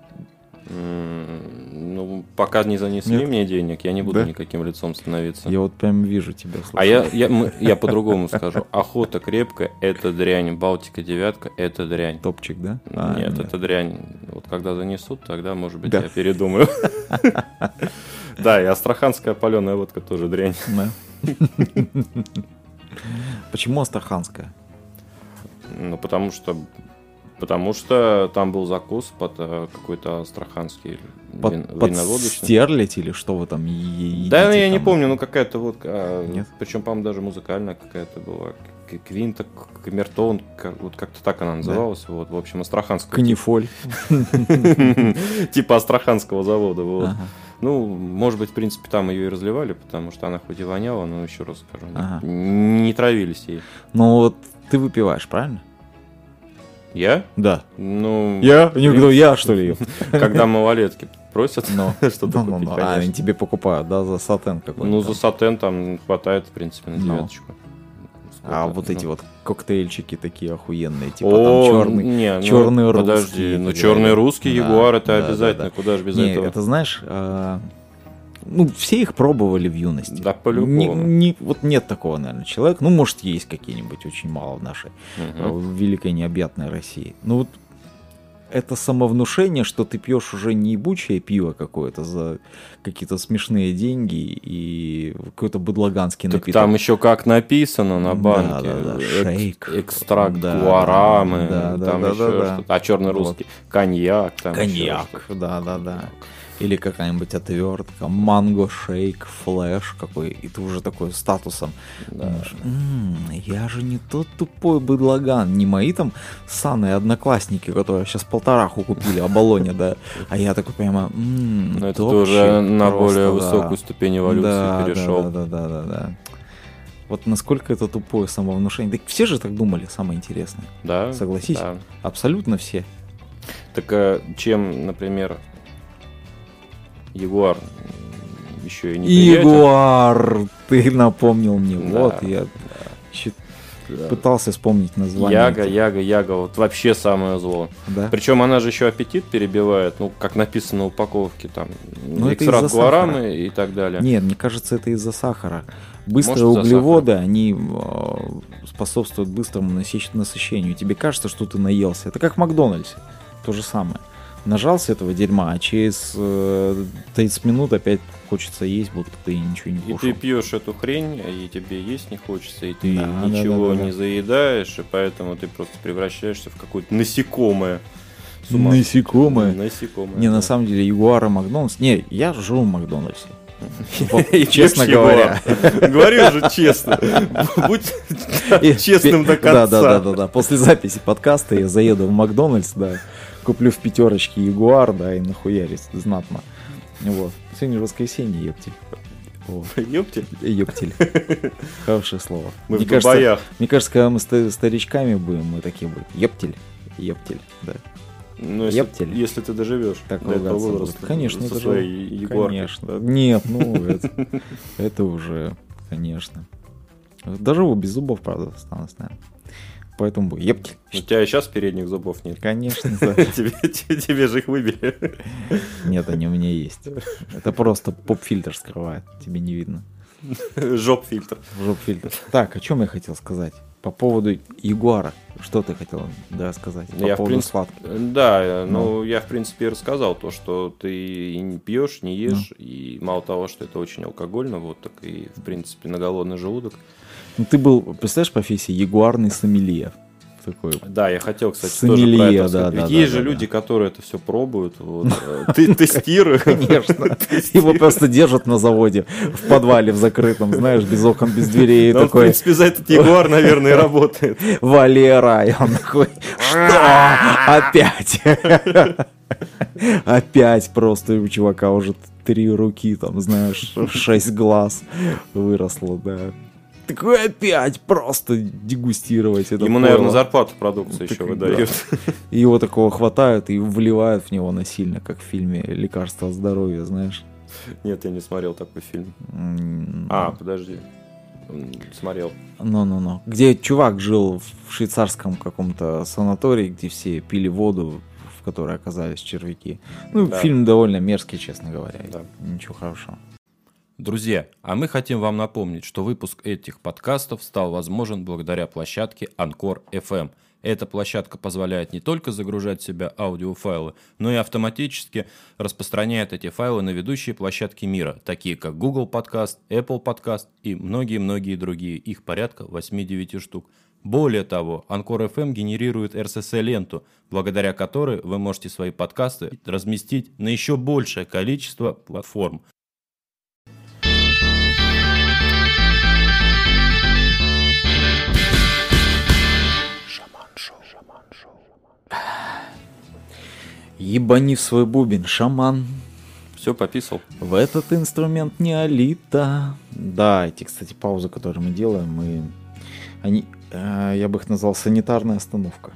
[SPEAKER 2] Ну, пока не занесли Нет? мне денег, я не буду да? никаким лицом становиться.
[SPEAKER 1] Я вот прям вижу тебя. Слушай.
[SPEAKER 2] А я, я, мы, я по-другому скажу. Охота крепкая – это дрянь. Балтика девятка – это дрянь.
[SPEAKER 1] Топчик, да?
[SPEAKER 2] А, нет, нет, это дрянь. Вот когда занесут, тогда, может быть, да. я передумаю. Да, и астраханская паленая водка тоже дрянь.
[SPEAKER 1] Почему астраханская?
[SPEAKER 2] Ну, потому что Потому что там был закус под э, какой-то астраханский
[SPEAKER 1] под,
[SPEAKER 2] вин,
[SPEAKER 1] под
[SPEAKER 2] виноводочный.
[SPEAKER 1] Стерлядь или что вы там едите?
[SPEAKER 2] Да, я
[SPEAKER 1] там?
[SPEAKER 2] не помню, ну какая-то водка. А,
[SPEAKER 1] Нет?
[SPEAKER 2] Причем, по-моему, даже музыкальная какая-то была. Квинта, Камертон, вот как-то так она называлась. Да. Вот, в общем, астраханская.
[SPEAKER 1] Канифоль.
[SPEAKER 2] Типа астраханского завода. Вот. Ну, может быть, в принципе, там ее и разливали, потому что она хоть и воняла, но еще раз скажу, не травились ей.
[SPEAKER 1] Ну вот ты выпиваешь, правильно?
[SPEAKER 2] Я?
[SPEAKER 1] Да.
[SPEAKER 2] Ну...
[SPEAKER 1] Я? Никто, я, что ли?
[SPEAKER 2] Когда малолетки просят
[SPEAKER 1] no.
[SPEAKER 2] что-то no, no, купить,
[SPEAKER 1] no. А, они тебе покупают, да, за сатен какой-то?
[SPEAKER 2] Ну, за сатен там хватает, в принципе, на девяточку.
[SPEAKER 1] No. А вот эти вот коктейльчики такие охуенные, типа там черный, черный русский.
[SPEAKER 2] Подожди, ну черный русский Ягуар это обязательно, куда же без этого?
[SPEAKER 1] Это знаешь... Ну, все их пробовали в юности.
[SPEAKER 2] Да, по-любому.
[SPEAKER 1] Не, не, вот нет такого, наверное, человека. Ну, может, есть какие-нибудь, очень мало в нашей угу. в великой необъятной России. Ну, вот это самовнушение, что ты пьешь уже не ебучее пиво какое-то за какие-то смешные деньги и какой-то быдлаганский
[SPEAKER 2] так
[SPEAKER 1] напиток.
[SPEAKER 2] Там еще как написано на банке.
[SPEAKER 1] Да, да, да.
[SPEAKER 2] Шейк. Экстракт да, гуарамы.
[SPEAKER 1] Да, да,
[SPEAKER 2] там
[SPEAKER 1] да,
[SPEAKER 2] еще
[SPEAKER 1] да,
[SPEAKER 2] что-то. А черный русский. Вот. Коньяк. Там
[SPEAKER 1] Коньяк, да, да, да. Или какая-нибудь отвертка, манго шейк, флэш какой, и ты уже такой статусом.
[SPEAKER 2] Да.
[SPEAKER 1] М-м, я же не тот тупой быдлаган, не мои там ссаные одноклассники, которые сейчас полтораху купили, оболоне, да. А я такой понимаю, м-м,
[SPEAKER 2] это ты уже на более высокую ступень эволюции перешел.
[SPEAKER 1] Да, да, да, да. Вот насколько это тупое самовнушение. Так все же так думали, самое интересное.
[SPEAKER 2] Да.
[SPEAKER 1] Согласись?
[SPEAKER 2] Да.
[SPEAKER 1] Абсолютно все.
[SPEAKER 2] Так а чем, например, Ягуар еще и не приятен.
[SPEAKER 1] Ягуар, ты напомнил мне.
[SPEAKER 2] Да,
[SPEAKER 1] вот, я да. Да. пытался вспомнить название.
[SPEAKER 2] Яга, этих. яга, яга, вот вообще самое зло.
[SPEAKER 1] Да?
[SPEAKER 2] Причем она же еще аппетит перебивает, ну, как написано на упаковке, там,
[SPEAKER 1] ну,
[SPEAKER 2] экстракт гуарамы и так далее.
[SPEAKER 1] Нет, мне кажется, это из-за сахара. Быстрые Может, углеводы, они э, способствуют быстрому насыщению. Тебе кажется, что ты наелся. Это как в Макдональдсе. То же самое. нажался этого дерьма, а через э, тридцать минут опять хочется есть, будто ты ничего не кушал.
[SPEAKER 2] И ты пьешь эту хрень, и тебе есть не хочется, и ты
[SPEAKER 1] Да,
[SPEAKER 2] ничего
[SPEAKER 1] да, да, да,
[SPEAKER 2] не
[SPEAKER 1] да.
[SPEAKER 2] заедаешь, и поэтому ты просто превращаешься в какое-то насекомое.
[SPEAKER 1] Насекомое.
[SPEAKER 2] Насекомое.
[SPEAKER 1] Не,
[SPEAKER 2] да.
[SPEAKER 1] на самом деле, Ягуар и Макдональдс. Не, я живу в Макдональдсе. Вот,
[SPEAKER 2] И
[SPEAKER 1] честно
[SPEAKER 2] пьешь
[SPEAKER 1] говоря.
[SPEAKER 2] Ягуар. Говорю же честно. Будь
[SPEAKER 1] И
[SPEAKER 2] честным
[SPEAKER 1] пе-
[SPEAKER 2] до конца.
[SPEAKER 1] Да, да, да, да, да. После записи подкаста я заеду в Макдональдс, да, куплю в пятерочке Ягуар, да, и нахуярюсь знатно. Вот. Сегодня воскресенье, ептель. Вот.
[SPEAKER 2] Ёптель.
[SPEAKER 1] Ептель. Хорошее слово.
[SPEAKER 2] Мы
[SPEAKER 1] Мне
[SPEAKER 2] в
[SPEAKER 1] кажется,
[SPEAKER 2] боях.
[SPEAKER 1] мне кажется, когда мы ста- старичками будем, мы такие будем. Ептель. Ептель, да.
[SPEAKER 2] Ну, если,
[SPEAKER 1] Ептель.
[SPEAKER 2] если ты доживешь
[SPEAKER 1] Так
[SPEAKER 2] до этого
[SPEAKER 1] ругаться
[SPEAKER 2] возраста.
[SPEAKER 1] будут. Конечно,
[SPEAKER 2] со
[SPEAKER 1] это же-
[SPEAKER 2] своей Ягуаркой.
[SPEAKER 1] Конечно. Нет, ну, это, это уже, конечно. Доживу без зубов, правда, останусь, наверное. Поэтому будет. Ептель.
[SPEAKER 2] У тебя и сейчас передних зубов нет.
[SPEAKER 1] Конечно, да.
[SPEAKER 2] Тебе, тебе, тебе же их выбили.
[SPEAKER 1] Нет, они у меня есть. Это просто поп-фильтр скрывает. Тебе не видно.
[SPEAKER 2] Жоп-фильтр.
[SPEAKER 1] Жоп-фильтр. Так, о чем я хотел сказать? По поводу Ягуара. Что ты хотел да, сказать? По
[SPEAKER 2] Я, в
[SPEAKER 1] поводу
[SPEAKER 2] принципе,
[SPEAKER 1] сладкого.
[SPEAKER 2] Да, ну,
[SPEAKER 1] Ну.
[SPEAKER 2] я, в принципе, и рассказал то, что ты и не пьешь, не ешь,
[SPEAKER 1] Ну.
[SPEAKER 2] и мало того, что это очень алкогольно, вот, так и, в принципе, на голодный желудок.
[SPEAKER 1] Ну, ты был, представляешь, профессия ягуарный сомелье. Такой.
[SPEAKER 2] Да, я хотел, кстати,
[SPEAKER 1] Сомелье,
[SPEAKER 2] тоже про это
[SPEAKER 1] да,
[SPEAKER 2] рассказать.
[SPEAKER 1] да,
[SPEAKER 2] Ведь
[SPEAKER 1] да,
[SPEAKER 2] есть
[SPEAKER 1] да,
[SPEAKER 2] же
[SPEAKER 1] да.
[SPEAKER 2] люди, которые это все пробуют, вот, э, ты тестируешь.
[SPEAKER 1] Конечно. Его просто держат на заводе, в подвале, в закрытом, знаешь, без окон, без дверей. И
[SPEAKER 2] Он, в
[SPEAKER 1] такой,
[SPEAKER 2] принципе, за этот Ягуар, наверное, и работает.
[SPEAKER 1] Валера, и он такой, что? Опять? Опять просто у чувака уже три руки, там, знаешь, шесть глаз выросло, да. Такой опять просто дегустировать это
[SPEAKER 2] Ему,
[SPEAKER 1] пойло.
[SPEAKER 2] наверное, зарплату продукции
[SPEAKER 1] Так,
[SPEAKER 2] еще
[SPEAKER 1] да.
[SPEAKER 2] выдают.
[SPEAKER 1] И его такого хватают и вливают в него насильно, как в фильме «Лекарство от здоровья», знаешь.
[SPEAKER 2] Нет, я не смотрел такой фильм.
[SPEAKER 1] М,
[SPEAKER 2] А, подожди. М, Смотрел.
[SPEAKER 1] Ну-ну-ну. Где чувак жил в швейцарском каком-то санатории, где все пили воду, в которой оказались червяки. Ну,
[SPEAKER 2] Да.
[SPEAKER 1] фильм довольно мерзкий, честно говоря.
[SPEAKER 2] Да.
[SPEAKER 1] Ничего хорошего.
[SPEAKER 3] Друзья, а мы хотим вам напомнить, что выпуск этих подкастов стал возможен благодаря площадке Анкор эф эм. Эта площадка позволяет не только загружать в себя аудиофайлы, но и автоматически распространяет эти файлы на ведущие площадки мира, такие как Google Podcast, Apple Podcast и многие-многие другие, их порядка восемь-девять штук. Более того, Анкор эф эм генерирует эр эс эс ай-ленту, благодаря которой вы можете свои подкасты разместить на еще большее количество платформ.
[SPEAKER 1] Ебани в свой бубен, шаман.
[SPEAKER 2] Все пописал.
[SPEAKER 1] В этот инструмент неолита. Да, эти, кстати, паузы, которые мы делаем, мы... Они... э, я бы их назвал санитарная остановка.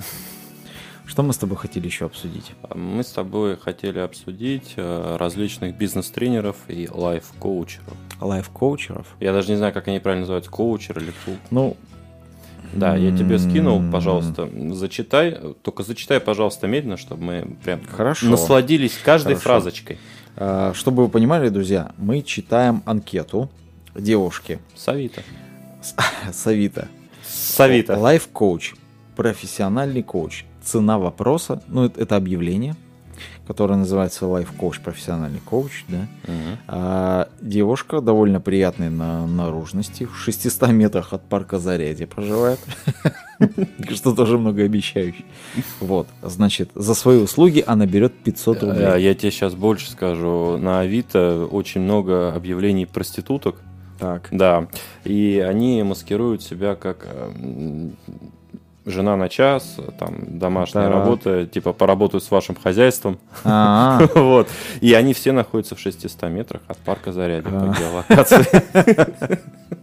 [SPEAKER 1] Что мы с тобой хотели еще обсудить?
[SPEAKER 2] Мы с тобой хотели обсудить э, различных бизнес-тренеров и лайф-коучеров.
[SPEAKER 1] Лайф-коучеров?
[SPEAKER 2] Я даже не знаю, как они правильно называются, коучер или коуч.
[SPEAKER 1] Ну...
[SPEAKER 2] Да, я тебе скинул,
[SPEAKER 1] м-м-м.
[SPEAKER 2] пожалуйста, зачитай, только зачитай, пожалуйста, медленно, чтобы мы прям
[SPEAKER 1] Хорошо.
[SPEAKER 2] насладились каждой
[SPEAKER 1] Хорошо.
[SPEAKER 2] фразочкой.
[SPEAKER 1] А, Чтобы вы понимали, друзья, мы читаем анкету девушки
[SPEAKER 2] Савита.
[SPEAKER 1] Савита.
[SPEAKER 2] Савита.
[SPEAKER 1] Лайф-коуч, профессиональный коуч. Цена вопроса, ну это, это объявление, которое называется лайф-коуч, профессиональный коуч, да.
[SPEAKER 2] Мгм.
[SPEAKER 1] А девушка довольно приятной на наружности, в шестистах метрах от парка Зарядье проживает, что тоже многообещающе. Вот, значит, за свои услуги она берет пятьсот
[SPEAKER 2] Э,
[SPEAKER 1] рублей.
[SPEAKER 2] Я тебе сейчас больше скажу. На Авито очень много объявлений проституток.
[SPEAKER 1] Так,
[SPEAKER 2] Да. И они маскируют себя как э, м, жена на час, там, домашняя
[SPEAKER 1] Так.
[SPEAKER 2] работа, типа поработают с вашим хозяйством.
[SPEAKER 1] А,
[SPEAKER 2] Вот. И они все находятся в шестистах метрах от парка Зарядье
[SPEAKER 1] А.
[SPEAKER 2] по геолокации.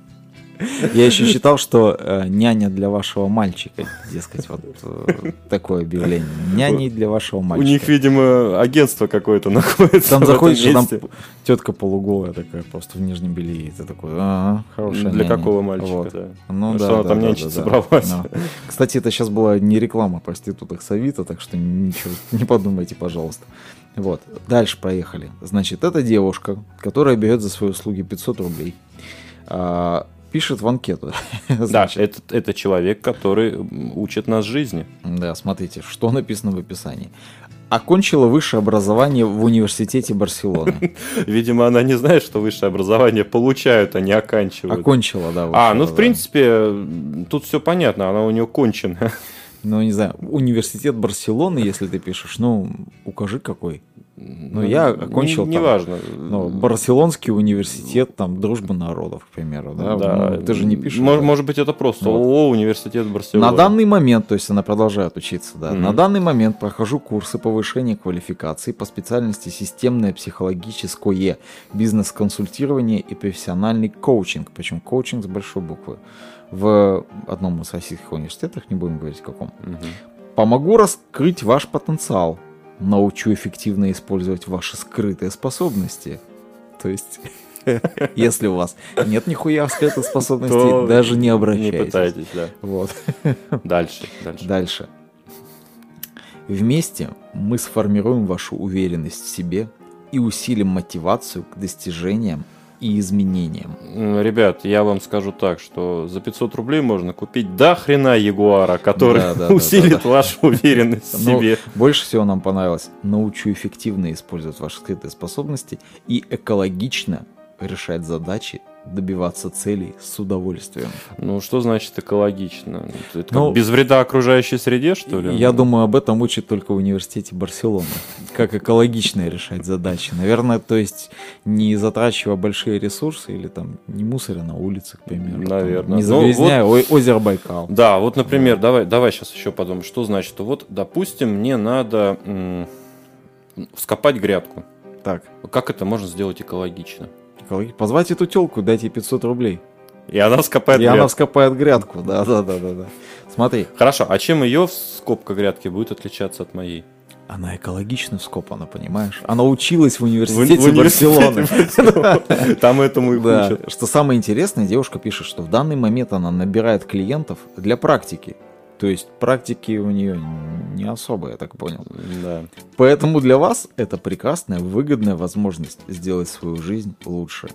[SPEAKER 1] я еще считал, что э, няня для вашего мальчика, дескать, вот э, такое объявление. Няни для вашего
[SPEAKER 2] У
[SPEAKER 1] мальчика.
[SPEAKER 2] них, видимо, агентство какое-то находится.
[SPEAKER 1] Там
[SPEAKER 2] в этом
[SPEAKER 1] заходишь, и там
[SPEAKER 2] месте.
[SPEAKER 1] тетка полуголая такая, просто в нижнем белье. И ты такой, ага, хорошая
[SPEAKER 2] Для
[SPEAKER 1] няня.
[SPEAKER 2] какого мальчика,
[SPEAKER 1] Вот.
[SPEAKER 2] да.
[SPEAKER 1] Ну,
[SPEAKER 2] Что
[SPEAKER 1] да,
[SPEAKER 2] она
[SPEAKER 1] да,
[SPEAKER 2] там
[SPEAKER 1] да,
[SPEAKER 2] нянчить
[SPEAKER 1] да, да.
[SPEAKER 2] собралась?
[SPEAKER 1] Да. Кстати, это сейчас была не реклама проституток с Авито, так что ничего, не подумайте, пожалуйста. Вот, дальше поехали. Значит, это девушка, которая берет за свои услуги пятьсот рублей, а, пишет в анкету.
[SPEAKER 2] Да,
[SPEAKER 1] Значит,
[SPEAKER 2] это, это человек, который м, учит нас жизни.
[SPEAKER 1] да, смотрите, что написано в описании. окончила высшее образование в университете Барселоны.
[SPEAKER 2] Видимо, она не знает, что высшее образование получают, а не оканчивают.
[SPEAKER 1] Окончила, да.
[SPEAKER 2] А, ну, в принципе, тут все понятно, она у нее кончена.
[SPEAKER 1] Ну, не знаю, университет Барселоны, если ты пишешь, ну, укажи какой. Ну, я окончил
[SPEAKER 2] не,
[SPEAKER 1] там,
[SPEAKER 2] неважно.
[SPEAKER 1] Ну, Барселонский университет, там, Дружбы народов, к примеру, да?
[SPEAKER 2] Да.
[SPEAKER 1] Ну, ты же не пишешь.
[SPEAKER 2] Может,
[SPEAKER 1] да?
[SPEAKER 2] может быть, это просто
[SPEAKER 1] Вот.
[SPEAKER 2] ООО, университет Барселоны.
[SPEAKER 1] На данный момент, то есть она продолжает учиться, да,
[SPEAKER 2] Мгм.
[SPEAKER 1] на данный момент прохожу курсы повышения квалификации по специальности системное психологическое бизнес-консультирование и профессиональный коучинг, причем коучинг с большой буквы, в одном из российских университетов, не будем говорить в каком.
[SPEAKER 2] Мгм.
[SPEAKER 1] Помогу раскрыть ваш потенциал, научу эффективно использовать ваши скрытые способности. То есть, если у вас нет нихуя скрытых способностей,
[SPEAKER 2] То
[SPEAKER 1] даже не
[SPEAKER 2] Не
[SPEAKER 1] обращайтесь.
[SPEAKER 2] пытайтесь, да.
[SPEAKER 1] Вот.
[SPEAKER 2] Дальше, дальше.
[SPEAKER 1] Дальше. Вместе мы сформируем вашу уверенность в себе и усилим мотивацию к достижениям и изменениям.
[SPEAKER 2] М, Ребят, я вам скажу так, что за пятьсот рублей можно купить до хрена Ягуара, который
[SPEAKER 1] Да, да, да,
[SPEAKER 2] усилит
[SPEAKER 1] да, да.
[SPEAKER 2] вашу уверенность в
[SPEAKER 1] Ну,
[SPEAKER 2] себе.
[SPEAKER 1] больше всего нам понравилось: научу эффективно использовать ваши скрытые способности и экологично решать задачи, добиваться целей с удовольствием.
[SPEAKER 2] Ну, что значит экологично? Это как
[SPEAKER 1] Ну,
[SPEAKER 2] без вреда окружающей среде, что ли?
[SPEAKER 1] Я думаю, об этом учат только в университете Барселоны. Как экологично решать задачи. Наверное, то есть не затрачивая большие ресурсы или там не мусоря на улице, к примеру. там,
[SPEAKER 2] Наверное.
[SPEAKER 1] Не
[SPEAKER 2] Ну,
[SPEAKER 1] загрязняя о- озеро Байкал.
[SPEAKER 2] Да, вот, например, давай, давай сейчас еще подумаем, что значит. Вот, допустим, мне надо м, вскопать грядку.
[SPEAKER 1] Так,
[SPEAKER 2] Как это можно сделать экологично?
[SPEAKER 1] экологи- позвать эту телку, дайте ей пятьсот рублей.
[SPEAKER 2] И она вскопает
[SPEAKER 1] И она
[SPEAKER 2] грядку.
[SPEAKER 1] вскопает грядку. Да, да, да, да, да. Смотри,
[SPEAKER 2] Хорошо, а чем ее скопка грядки будет отличаться от моей?
[SPEAKER 1] она экологично вскопана, понимаешь? Она училась в университете
[SPEAKER 2] В университете
[SPEAKER 1] Барселоны.
[SPEAKER 2] Там этому и
[SPEAKER 1] Да.
[SPEAKER 2] учат.
[SPEAKER 1] Что самое интересное, девушка пишет, что в данный момент она набирает клиентов для практики. То есть практики у нее не особо, я так понял.
[SPEAKER 2] Да.
[SPEAKER 1] Поэтому для вас это прекрасная, выгодная возможность сделать свою жизнь лучше.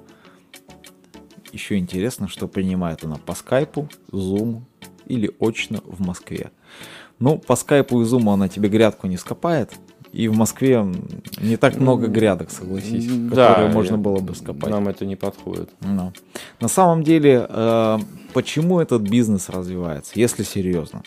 [SPEAKER 1] Еще интересно, что принимает она по скайпу, зуму или очно в Москве. Ну, по скайпу и зуму она тебе грядку не скопает. И в Москве не так много грядок, согласись,
[SPEAKER 2] Да,
[SPEAKER 1] которые можно
[SPEAKER 2] я-
[SPEAKER 1] было бы скопать.
[SPEAKER 2] Нам это не подходит.
[SPEAKER 1] Ну. На самом деле, э, почему этот бизнес развивается, если серьезно?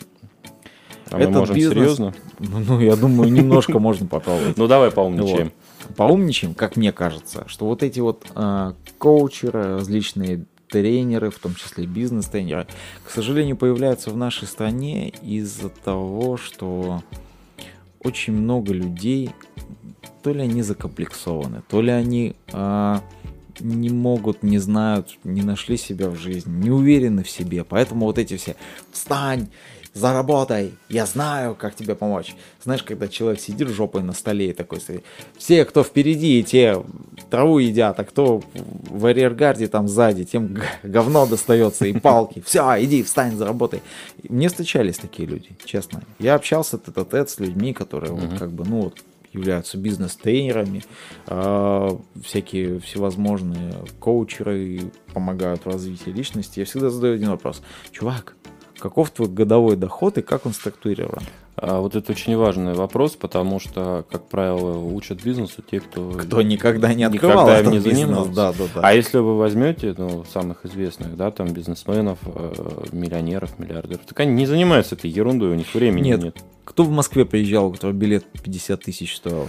[SPEAKER 2] А мы
[SPEAKER 1] Этот
[SPEAKER 2] можем
[SPEAKER 1] бизнес-
[SPEAKER 2] серьезно?
[SPEAKER 1] Ну, ну, я думаю, немножко можно попробовать.
[SPEAKER 2] Ну давай поумничаем.
[SPEAKER 1] Вот. Поумничаем, как мне кажется, что вот эти вот э, коучеры, различные тренеры, в том числе бизнес-тренеры, к сожалению, появляются в нашей стране из-за того, что очень много людей, то ли они закомплексованы, то ли они э, не могут, не знают, не нашли себя в жизни, не уверены в себе. Поэтому вот эти все «встань, заработай, я знаю, как тебе помочь». Знаешь, когда человек сидит жопой на столе и такой стоит: все, кто впереди, те траву едят, а кто в арьергарде там сзади, тем г- говно достается и палки. Все, иди, встань, заработай. И мне встречались такие люди, честно. Я общался тет-а-тет с людьми, которые вот как бы, ну вот, являются бизнес-тренерами, э, всякие всевозможные коучеры, помогают в развитии личности. Я всегда задаю один вопрос: чувак, каков твой годовой доход и как он структурирован?
[SPEAKER 2] А вот это очень важный вопрос, потому что, как правило, учат бизнесу те, кто,
[SPEAKER 1] Кто никогда не открывал
[SPEAKER 2] никогда им
[SPEAKER 1] этот
[SPEAKER 2] не
[SPEAKER 1] бизнес.
[SPEAKER 2] занимался.
[SPEAKER 1] Да, да, да.
[SPEAKER 2] А если вы возьмете, ну, самых известных, да, там, бизнесменов, э, миллионеров, миллиардеров, так они не занимаются этой ерундой, у них времени
[SPEAKER 1] Нет.
[SPEAKER 2] нет.
[SPEAKER 1] Кто в Москве приезжал, у которого билет пятьдесят тысяч стоил?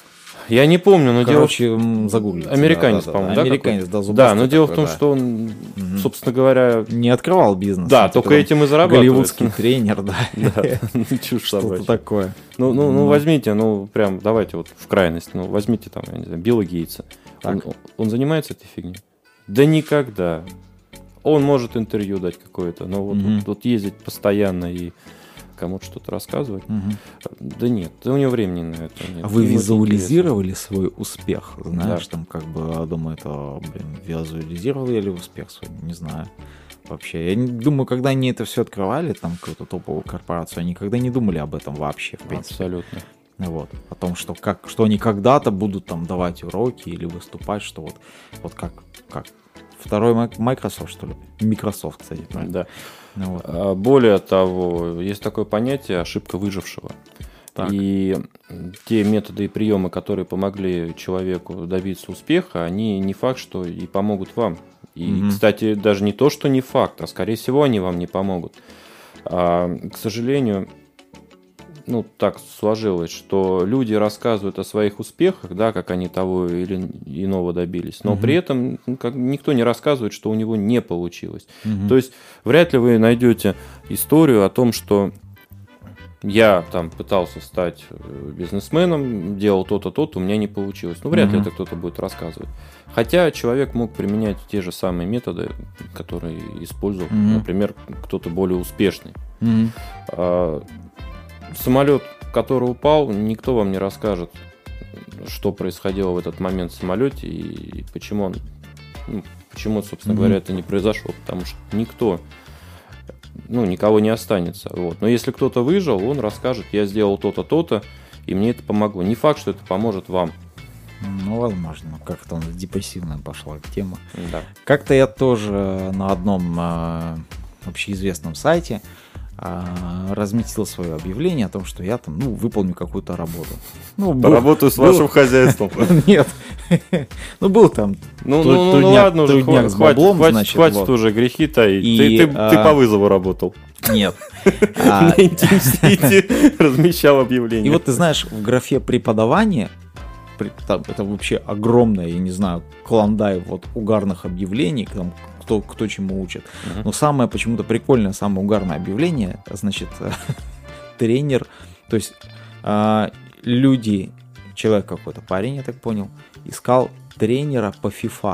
[SPEAKER 2] Я не помню, но дело в
[SPEAKER 1] Короче, м, загуглите.
[SPEAKER 2] Американец,
[SPEAKER 1] Да, да, да,
[SPEAKER 2] по-моему,
[SPEAKER 1] да.
[SPEAKER 2] да?
[SPEAKER 1] Американец,
[SPEAKER 2] какой-то?
[SPEAKER 1] да,
[SPEAKER 2] Да,
[SPEAKER 1] зубастый
[SPEAKER 2] но дело в
[SPEAKER 1] такой,
[SPEAKER 2] том,
[SPEAKER 1] да.
[SPEAKER 2] что он, собственно говоря,
[SPEAKER 1] Не открывал бизнес.
[SPEAKER 2] да,
[SPEAKER 1] он
[SPEAKER 2] только
[SPEAKER 1] такой
[SPEAKER 2] этим и зарабатывает.
[SPEAKER 1] голливудский тренер, да.
[SPEAKER 2] Да, чушь
[SPEAKER 1] Что-то
[SPEAKER 2] собачья.
[SPEAKER 1] такое.
[SPEAKER 2] Ну, ну, ну,
[SPEAKER 1] Ну.
[SPEAKER 2] возьмите, ну, прям, давайте вот в крайность, ну, возьмите там, я не знаю, Билла Гейтса. Он,
[SPEAKER 1] Так.
[SPEAKER 2] он занимается этой фигней? Да никогда. Он может интервью дать какое-то, но вот,
[SPEAKER 1] Мгм.
[SPEAKER 2] вот, вот ездить постоянно и кому-то что-то рассказывать,
[SPEAKER 1] Мгм.
[SPEAKER 2] да нет, да у него времени на это нет.
[SPEAKER 1] А вы
[SPEAKER 2] Ему это
[SPEAKER 1] визуализировали свой успех? Знаешь,
[SPEAKER 2] Да.
[SPEAKER 1] там как бы, я думаю, это, блин, визуализировал я ли успех свой? Не знаю. Вообще, я не думаю, когда они это все открывали, там какую-то топовую корпорацию, они никогда не думали об этом вообще, в
[SPEAKER 2] интересно.
[SPEAKER 1] принципе.
[SPEAKER 2] Абсолютно.
[SPEAKER 1] Вот. О том, что, как, что они когда-то будут там давать уроки или выступать, что вот, вот как, как второй Май- Microsoft, что ли? Microsoft, кстати, правильно?
[SPEAKER 2] Да.
[SPEAKER 1] Ну вот.
[SPEAKER 2] А, Более того, есть такое понятие ошибка выжившего. Так. И те методы и приемы, которые помогли человеку добиться успеха, они не факт, что и помогут вам. И, mm-hmm. кстати, даже не то, что не факт, а скорее всего они вам не помогут. А, к сожалению, ну, так сложилось, что люди рассказывают о своих успехах, да, как они того или иного добились, но mm-hmm. при этом ну, как, никто не рассказывает, что у него не получилось. Mm-hmm. То есть вряд ли вы найдете историю о том, что я там пытался стать бизнесменом, делал то-то, то-то, у меня не получилось. Ну, вряд mm-hmm. ли это кто-то будет рассказывать. Хотя человек мог применять те же самые методы, которые использовал, mm-hmm. например, кто-то более успешный. Mm-hmm. А, самолет, который упал, никто вам не расскажет, что происходило в этот момент в самолете и почему он, ну, почему, собственно mm-hmm. говоря, это не произошло. Потому что никто... Ну, никого не останется. Вот. Но если кто-то выжил, он расскажет, я сделал то-то, то-то, и мне это помогло. Не факт, что это поможет вам.
[SPEAKER 1] Ну, возможно. Как-то он депрессивная пошла тема.
[SPEAKER 2] Да.
[SPEAKER 1] Как-то я тоже на одном э, общеизвестном сайте э, разместил свое объявление о том, что я там, ну, выполню какую-то работу. Ну, был,
[SPEAKER 2] Работаю с
[SPEAKER 1] был...
[SPEAKER 2] вашим хозяйством.
[SPEAKER 1] Нет. Ну, был там
[SPEAKER 2] ну, тру- ну, трудняк, ну, ладно, уже хватит, с баблом, хватит, значит, хватит вот. Уже грехи таить. И, ты, ты, а... ты по вызову работал.
[SPEAKER 1] Нет.
[SPEAKER 2] На Интим-Сити размещал объявление.
[SPEAKER 1] И вот ты знаешь, в графе преподавания, это вообще огромное, я не знаю, клондайк вот угарных объявлений, там, кто, кто чему учит. Uh-huh. Но самое почему-то прикольное, самое угарное объявление, значит, тренер, то есть люди, человек какой-то, парень, я так понял, искал тренера по FIFA.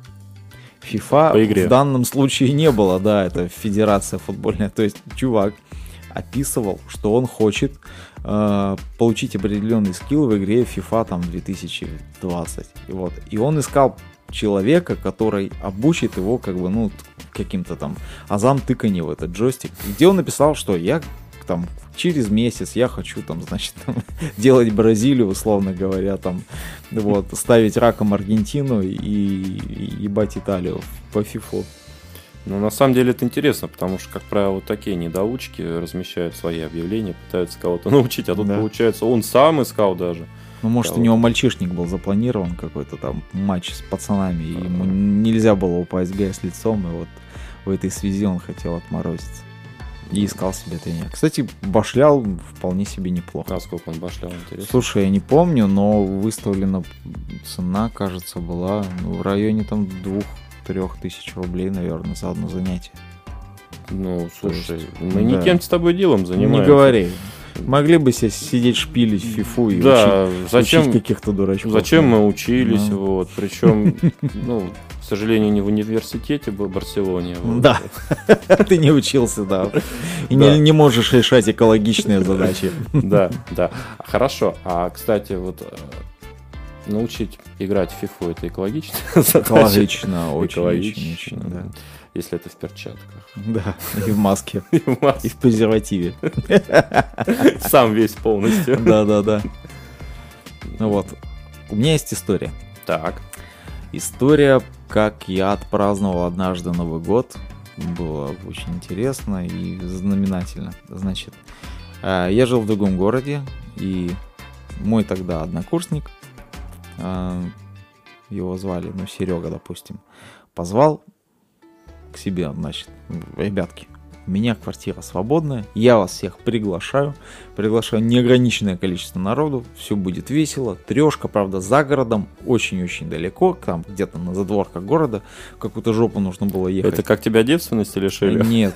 [SPEAKER 1] FIFA
[SPEAKER 2] по игре.
[SPEAKER 1] В данном случае не было, да, это федерация футбольная. То есть чувак описывал, что он хочет э, получить определенный скилл в игре FIFA там две тысячи двадцать. И, вот. И он искал человека, который обучит его как бы, ну, каким-то там азам тыканье в этот джойстик. Где он написал, что я там через месяц я хочу там, значит, там, делать Бразилию, условно говоря, там, вот, ставить раком Аргентину и, и ебать Италию по фифу.
[SPEAKER 2] Ну, на самом деле это интересно, потому что, как правило, вот такие недоучки размещают свои объявления, пытаются кого-то научить, а тут, да. получается, он сам искал даже.
[SPEAKER 1] Ну, может, кого-то. У него мальчишник был запланирован, какой-то там матч с пацанами, и ему нельзя было упасть в грязь лицом, и вот в этой связи он хотел отморозиться. И искал себе тренера. Кстати, башлял вполне себе неплохо.
[SPEAKER 2] А сколько он башлял, интересно?
[SPEAKER 1] Слушай, я не помню, но выставлена цена, кажется, была ну, в районе там двух-трех тысяч рублей, наверное, за одно занятие.
[SPEAKER 2] Ну, слушай, есть, мы да. не тем с тобой делом занимаемся.
[SPEAKER 1] Не говори. Могли бы себе сидеть шпилить в фифу и
[SPEAKER 2] да,
[SPEAKER 1] учить,
[SPEAKER 2] зачем,
[SPEAKER 1] учить каких-то дурачков.
[SPEAKER 2] Зачем мы учились, да. вот, причем, ну, к сожалению, не в университете был в Барселоне. Вот.
[SPEAKER 1] Да, ты не учился, да, и да. Не, не можешь решать экологичные задачи.
[SPEAKER 2] Да, да, хорошо, а, кстати, вот, научить играть в фифу, это экологично?
[SPEAKER 1] Экологично, очень, очень, очень, да.
[SPEAKER 2] Если это в перчатках.
[SPEAKER 1] Да, и в маске. И в, маске. И в презервативе.
[SPEAKER 2] Сам весь полностью.
[SPEAKER 1] Да-да-да. Ну вот. У меня есть история.
[SPEAKER 2] Так.
[SPEAKER 1] История, как я отпраздновал однажды Новый год. Было очень интересно и знаменательно. Значит, я жил в другом городе, и мой тогда однокурсник, его звали, ну, Серега, допустим, позвал к себе, значит, ребятки, у меня квартира свободная, я вас всех приглашаю, приглашаю неограниченное количество народу, все будет весело, трешка, правда, за городом, очень-очень далеко, там где-то на задворках города, в какую-то жопу нужно было ехать.
[SPEAKER 2] Это как тебя девственности лишили?
[SPEAKER 1] Нет.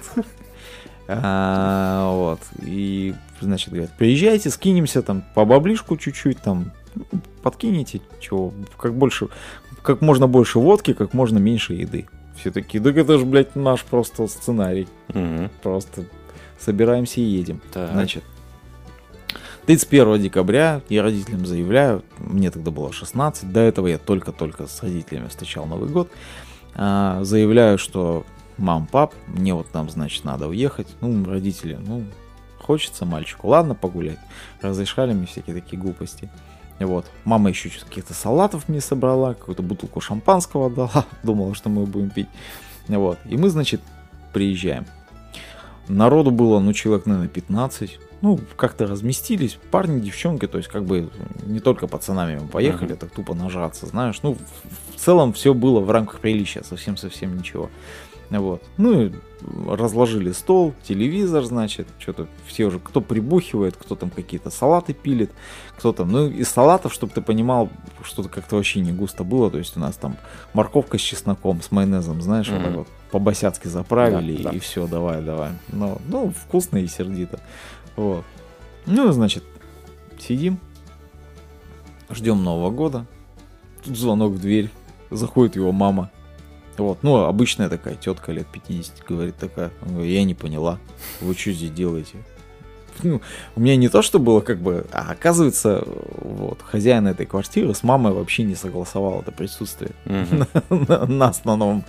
[SPEAKER 1] А, вот, и, значит, говорят, приезжайте, скинемся там по баблишку чуть-чуть, там, подкинете, чего, как больше, как можно больше водки, как можно меньше еды. Все такие, да это же, блядь, наш просто сценарий. Угу. Просто собираемся и едем. Так. Значит, тридцать первого декабря я родителям заявляю, мне тогда было шестнадцать, до этого я только-только с родителями встречал Новый год, а, заявляю, что мам, пап, мне вот там, значит, надо уехать. Ну, родители, ну, хочется мальчику, ладно, погулять. Разрешали мне всякие такие глупости. Вот. Мама еще каких-то салатов мне собрала, какую-то бутылку шампанского дала, думала, что мы будем пить. Вот. И мы, значит, приезжаем. Народу было, ну, человек, наверное, пятнадцать. Ну, как-то разместились, парни, девчонки, то есть как бы не только пацанами мы поехали, uh-huh. так тупо нажраться, знаешь. Ну, в, в целом все было в рамках приличия, совсем-совсем ничего. Вот. Ну, и разложили стол, телевизор, значит, что-то все уже, кто прибухивает, кто там какие-то салаты пилит, кто там, ну, из салатов, чтобы ты понимал, что-то как-то вообще не густо было, то есть у нас там морковка с чесноком, с майонезом, знаешь, mm-hmm. вот так вот по-босяцки заправили, да, и, да. и все, давай, давай. Ну, ну, вкусно и сердито. Вот. Ну, значит, сидим, ждем Нового года, тут звонок в дверь, заходит его мама. Вот, ну, обычная такая тетка лет пятьдесят, говорит такая, я не поняла, вы что здесь делаете? Ну, у меня не то, что было как бы, а оказывается, вот, хозяин этой квартиры с мамой вообще не согласовал это присутствие нас на Новом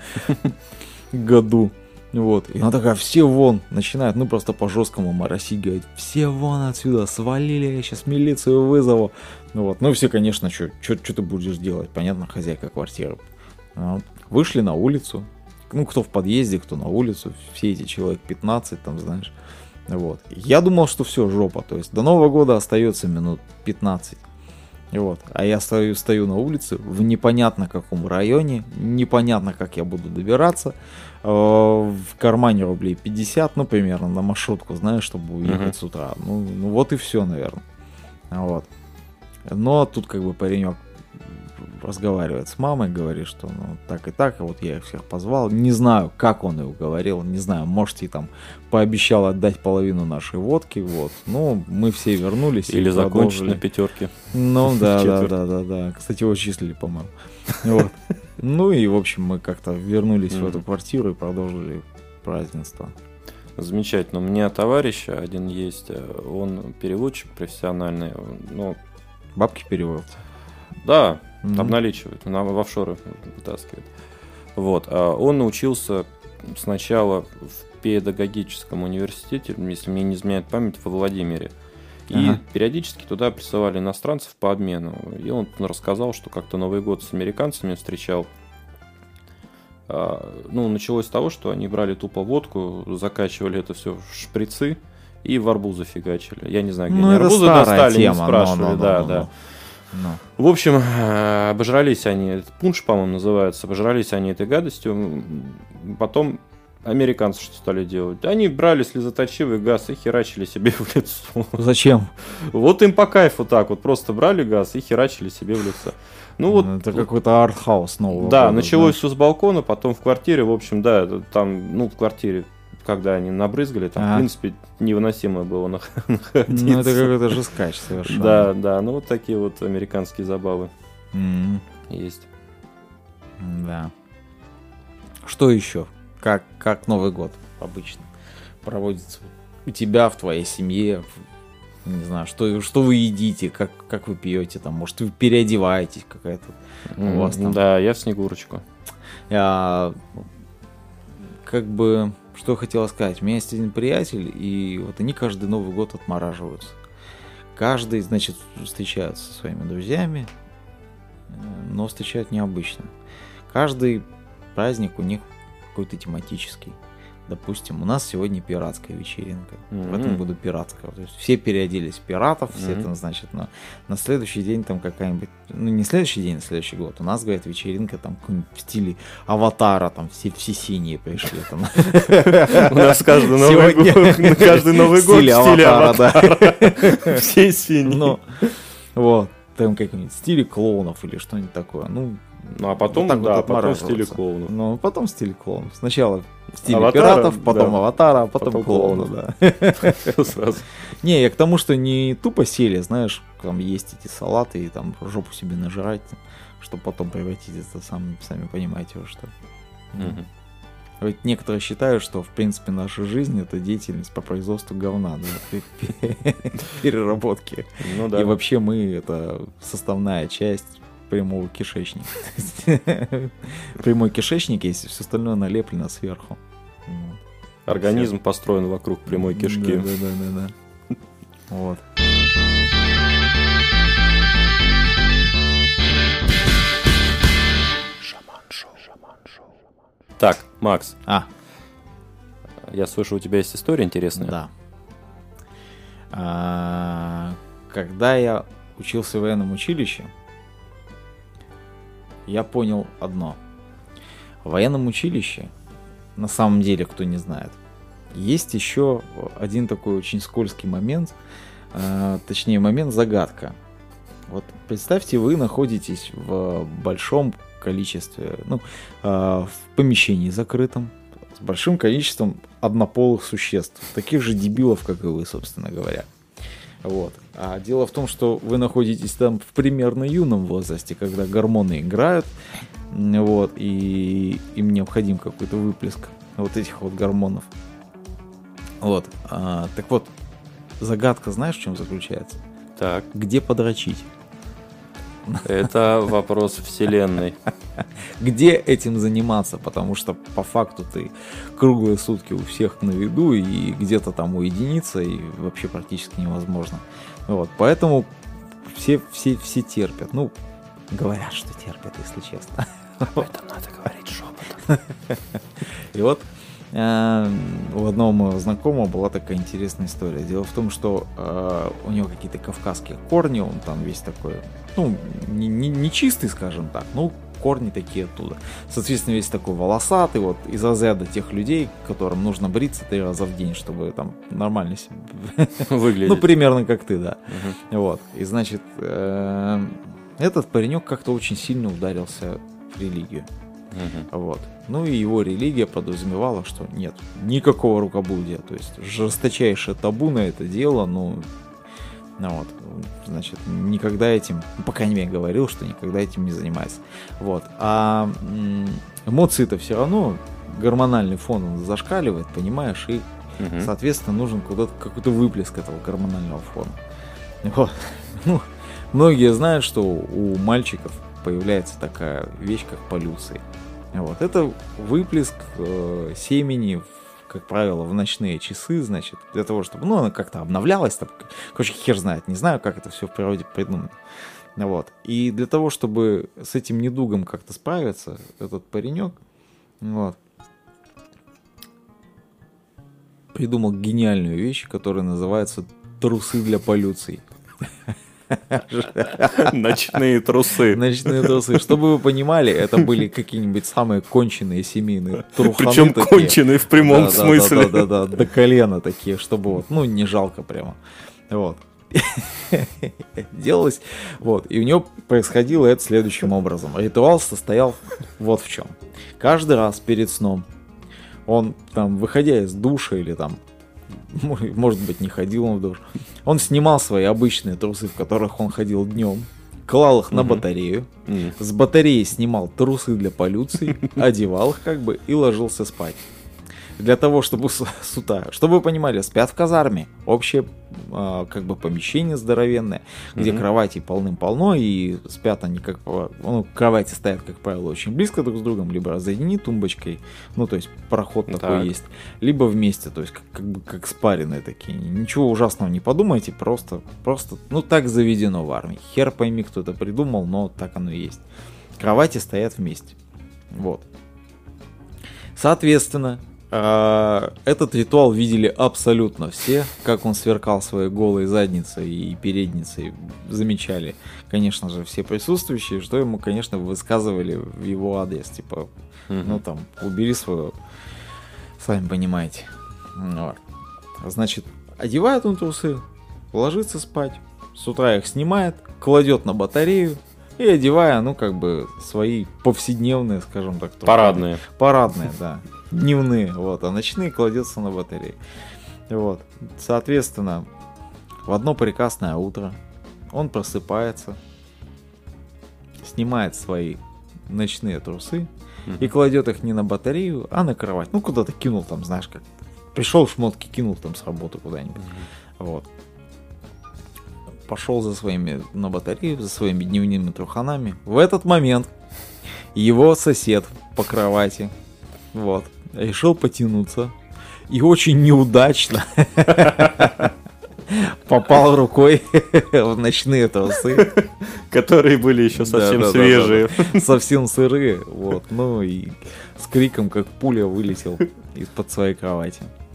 [SPEAKER 1] году. Вот, и она такая, все вон, начинает, ну, просто по-жесткому моросить, говорит, все вон отсюда, свалили, я сейчас милицию вызову. Вот, ну, все, конечно, что ты будешь делать, понятно, хозяйка квартиры. Вот. Вышли на улицу, ну, кто в подъезде, кто на улицу, все эти человек пятнадцать, там, знаешь, вот. Я думал, что все, жопа, то есть до Нового года остается минут пятнадцать, вот, а я стою, стою на улице в непонятно каком районе, непонятно, как я буду добираться, э, в кармане рублей пятьдесят, ну, примерно, на маршрутку, знаешь, чтобы уехать uh-huh. с утра, ну, ну, вот и все, наверное, вот, но тут, как бы, паренек разговаривает с мамой, говорит, что ну так и так, а вот я их всех позвал. Не знаю, как он ее уговорил, не знаю, может, и там пообещал отдать половину нашей водки, вот. Ну, мы все вернулись.
[SPEAKER 2] Или закончить на пятерке.
[SPEAKER 1] Ну, да, да, да, да, да. Кстати, его числили, по-моему. Вот. Ну и, в общем, мы как-то вернулись в эту квартиру и продолжили празднество.
[SPEAKER 2] Замечательно. У меня товарищ один есть, он переводчик профессиональный, ну...
[SPEAKER 1] Бабки переводят?
[SPEAKER 2] Да. Mm-hmm. Обналичивает, в офшоры вытаскивает. Вот. А он научился сначала в педагогическом университете, если мне не изменяет память, во Владимире. И uh-huh. периодически туда присылали иностранцев по обмену. И он рассказал, что как-то Новый год с американцами встречал. А, ну, началось с того, что они брали тупо водку, закачивали это все в шприцы и в арбузы фигачили. Я не знаю, где ну, они арбузы достали, тема. не спрашивали. No, no, no, да, no, no. да. No. В общем, обожрались они, пунш, по-моему, называется, обожрались они этой гадостью. Потом американцы что стали делать? Они брали слезоточивый газ и херачили себе в лицо.
[SPEAKER 1] Зачем?
[SPEAKER 2] Вот им по кайфу так вот, просто брали газ и херачили себе в лицо. Ну, вот,
[SPEAKER 1] это какой-то артхаус нового
[SPEAKER 2] Да,
[SPEAKER 1] года,
[SPEAKER 2] началось
[SPEAKER 1] знаешь?
[SPEAKER 2] все с балкона, потом в квартире, в общем, да, там, ну, в квартире, когда они набрызгали, там, а. в принципе, невыносимо было находиться.
[SPEAKER 1] Ну, это какой-то жескач совершенно.
[SPEAKER 2] Да, да, ну, вот такие вот американские забавы
[SPEAKER 1] mm-hmm.
[SPEAKER 2] есть.
[SPEAKER 1] Да. Что еще? Как, как Новый год обычно проводится у тебя, в твоей семье? Не знаю, что, что вы едите, как, как вы пьете, там, может, вы переодеваетесь, какая-то у вас там.
[SPEAKER 2] Да, я в Снегурочку.
[SPEAKER 1] Я, как бы, что я хотел сказать, у меня есть один приятель, и вот они каждый Новый год отмораживаются. Каждый, значит, встречаются со своими друзьями, но встречают необычно. Каждый праздник у них какой-то тематический. Допустим, у нас сегодня пиратская вечеринка. Mm-hmm. В этом году пиратская. То есть все переоделись в пиратов, mm-hmm. все там, значит, на, на следующий день там какая-нибудь, ну не следующий день, а следующий год. У нас, говорит, вечеринка там в стиле Аватара, там все, все синие пришли.
[SPEAKER 2] У нас каждый Новый год, каждый Новый год в стиле Аватара. Все синие.
[SPEAKER 1] Вот, там как-нибудь в стиле клоунов или что-нибудь такое. Ну,
[SPEAKER 2] Ну, а потом, вот да, вот потом в стиле клоунов.
[SPEAKER 1] Ну, потом в стиле клоунов. Сначала в стиле Аватара, пиратов, потом да. Аватара, а потом, потом клоунов, да.
[SPEAKER 2] Сразу.
[SPEAKER 1] Не, я к тому, что не тупо сели, знаешь, там есть эти салаты и там жопу себе нажрать, чтобы потом превратить это, сам, сами понимаете, во что.
[SPEAKER 2] Угу.
[SPEAKER 1] Ведь некоторые считают, что, в принципе, наша жизнь — это деятельность по производству говна, да, переработки.
[SPEAKER 2] Ну, да.
[SPEAKER 1] И вообще мы — это составная часть прямого кишечника. Прямой кишечник есть, все остальное налеплено сверху.
[SPEAKER 2] Организм все. Построен вокруг прямой кишки.
[SPEAKER 1] Да, да, да, да. Вот.
[SPEAKER 2] Так, Макс.
[SPEAKER 1] А.
[SPEAKER 2] Я слышу, у тебя есть история интересная.
[SPEAKER 1] Да. А, когда я учился в военном училище, я понял одно. В военном училище, на самом деле, кто не знает, есть еще один такой очень скользкий момент, а, точнее момент загадка. Вот представьте, вы находитесь в большом количестве, ну, а, в помещении закрытом, с большим количеством однополых существ, таких же дебилов, как и вы, собственно говоря. Вот. А дело в том, что вы находитесь там в примерно юном возрасте, когда гормоны играют, вот, и им необходим какой-то выплеск вот этих вот гормонов. Вот. А, так вот, загадка, знаешь, в чем заключается?
[SPEAKER 2] Так.
[SPEAKER 1] Где подрочить?
[SPEAKER 2] Это вопрос вселенной.
[SPEAKER 1] Где этим заниматься? Потому что по факту ты круглые сутки у всех на виду, и где-то там уединиться и вообще практически невозможно. Вот. Поэтому все, все, все терпят. Ну, говорят, что терпят, если честно.
[SPEAKER 2] Об этом надо говорить шепотом.
[SPEAKER 1] И вот э, у одного моего знакомого была такая интересная история. Дело в том, что э, у него какие-то кавказские корни, он там весь такой, ну, не, не, не чистый, скажем так, ну, корни такие оттуда. Соответственно, весь такой волосатый, вот, из разряда тех людей, которым нужно бриться три раза в день, чтобы там нормально себе
[SPEAKER 2] выглядеть.
[SPEAKER 1] Ну, примерно как ты, да.
[SPEAKER 2] Угу.
[SPEAKER 1] Вот. И, значит, э, этот паренек как-то очень сильно ударился в религию.
[SPEAKER 2] Угу.
[SPEAKER 1] Вот. Ну и его религия подразумевала, что нет, никакого рукоблудия. То есть жесточайшее табу на это дело, ну, ну вот, значит, никогда этим, по крайней мере, говорил, что никогда этим не занимается. Вот. А м- эмоции-то все равно, гормональный фон он зашкаливает, понимаешь, и,
[SPEAKER 2] Угу.
[SPEAKER 1] соответственно, нужен куда-то какой-то выплеск этого гормонального фона. Вот. Ну, многие знают, что у мальчиков появляется такая вещь, как полюции. Вот. Это выплеск э, семени, как правило, в ночные часы, значит, для того, чтобы, ну, она как-то обновлялась, там, короче, хер знает, не знаю, как это все в природе придумано. Вот. И для того, чтобы с этим недугом как-то справиться, этот паренек, вот, придумал гениальную вещь, которая называется трусы для полюций.
[SPEAKER 2] Ночные трусы.
[SPEAKER 1] Ночные трусы. Чтобы вы понимали, это были какие-нибудь самые конченые семейные труханы.
[SPEAKER 2] Причем
[SPEAKER 1] такие.
[SPEAKER 2] конченые в прямом
[SPEAKER 1] Да, да,
[SPEAKER 2] смысле.
[SPEAKER 1] Да, да, да, да, до колена такие, чтобы вот, ну, не жалко прямо. Вот. Делалось, вот, и у него происходило это следующим образом. Ритуал состоял вот в чем. Каждый раз перед сном он, там, выходя из душа или там, может быть, не ходил он в душ, он снимал свои обычные трусы, в которых он ходил днем, клал их на батарею,
[SPEAKER 2] Мгм.
[SPEAKER 1] с батареи снимал трусы для полюции, одевал их как бы и ложился спать. Для того, чтобы с, с утра, чтобы вы понимали, спят в казарме, общее а, как бы помещение здоровенное, где
[SPEAKER 2] Мгм.
[SPEAKER 1] кроватей полным-полно, и спят они как по- ну, кровати стоят, как правило, очень близко друг с другом, либо разъединены тумбочкой, ну, то есть проход
[SPEAKER 2] Ну,
[SPEAKER 1] такой
[SPEAKER 2] так.
[SPEAKER 1] есть, либо вместе, то есть как, как бы как спаренные такие. Ничего ужасного не подумайте, просто, просто, ну, так заведено в армии. Хер пойми, кто это придумал, но так оно и есть. Кровати стоят вместе. Вот. Соответственно, а, этот ритуал видели абсолютно все, как он сверкал своей голой задницей и передницей, замечали, конечно же, все присутствующие, что ему, конечно, высказывали в его адрес, типа,
[SPEAKER 2] Мгм.
[SPEAKER 1] ну там, убери свою, сами понимаете. Вот. Значит, одевает он трусы, ложится спать, с утра их снимает, кладет на батарею и одевая, ну, как бы, свои повседневные, скажем так, трусы.
[SPEAKER 2] Парадные.
[SPEAKER 1] Парадные, да. Дневные, вот, а ночные кладется на батареи. Вот. Соответственно, в одно прекрасное утро он просыпается, снимает свои ночные трусы и кладет их не на батарею, а на кровать. Ну, куда-то кинул там, знаешь, как пришел шмотки, кинул там с работы куда-нибудь. Вот. Пошел за своими на батарею, за своими дневными труханами. В этот момент его сосед по кровати, вот, решил потянуться и очень неудачно попал рукой в ночные трусы.
[SPEAKER 2] Которые были еще совсем
[SPEAKER 1] Да, да, да,
[SPEAKER 2] свежие.
[SPEAKER 1] да, да. Совсем сырые. Вот. Ну и с криком, как пуля, вылетел из-под своей кровати.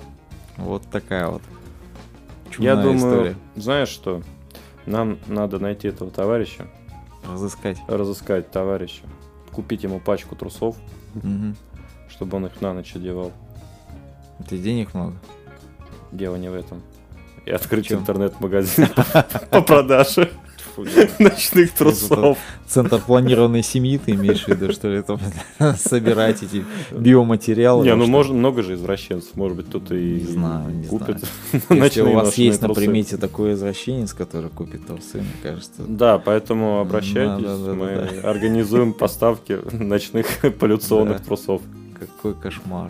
[SPEAKER 1] Вот такая вот
[SPEAKER 2] Я
[SPEAKER 1] чудная
[SPEAKER 2] думаю,
[SPEAKER 1] история.
[SPEAKER 2] знаешь что? Нам надо найти этого товарища,
[SPEAKER 1] Разыскать.
[SPEAKER 2] разыскать товарища, купить ему пачку трусов,
[SPEAKER 1] Мгм.
[SPEAKER 2] чтобы он их на ночь одевал.
[SPEAKER 1] Это денег много.
[SPEAKER 2] Дело не в этом. И открыть
[SPEAKER 1] чем?
[SPEAKER 2] интернет-магазин по продаже ночных трусов.
[SPEAKER 1] Центр планированной семьи ты имеешь в виду, что ли, там собирать эти биоматериалы?
[SPEAKER 2] Не,
[SPEAKER 1] там,
[SPEAKER 2] ну
[SPEAKER 1] что?
[SPEAKER 2] можно, много же извращенцев. Может быть, кто-то и
[SPEAKER 1] Не знаю, не
[SPEAKER 2] купит
[SPEAKER 1] Если
[SPEAKER 2] ночные
[SPEAKER 1] у вас
[SPEAKER 2] ношеные
[SPEAKER 1] есть на
[SPEAKER 2] трусы.
[SPEAKER 1] примете такой извращенец, который купит трусы, мне кажется,
[SPEAKER 2] Да, поэтому обращайтесь,
[SPEAKER 1] Да, да, да,
[SPEAKER 2] мы
[SPEAKER 1] да.
[SPEAKER 2] организуем поставки ночных полюционных
[SPEAKER 1] Да.
[SPEAKER 2] трусов.
[SPEAKER 1] какой кошмар.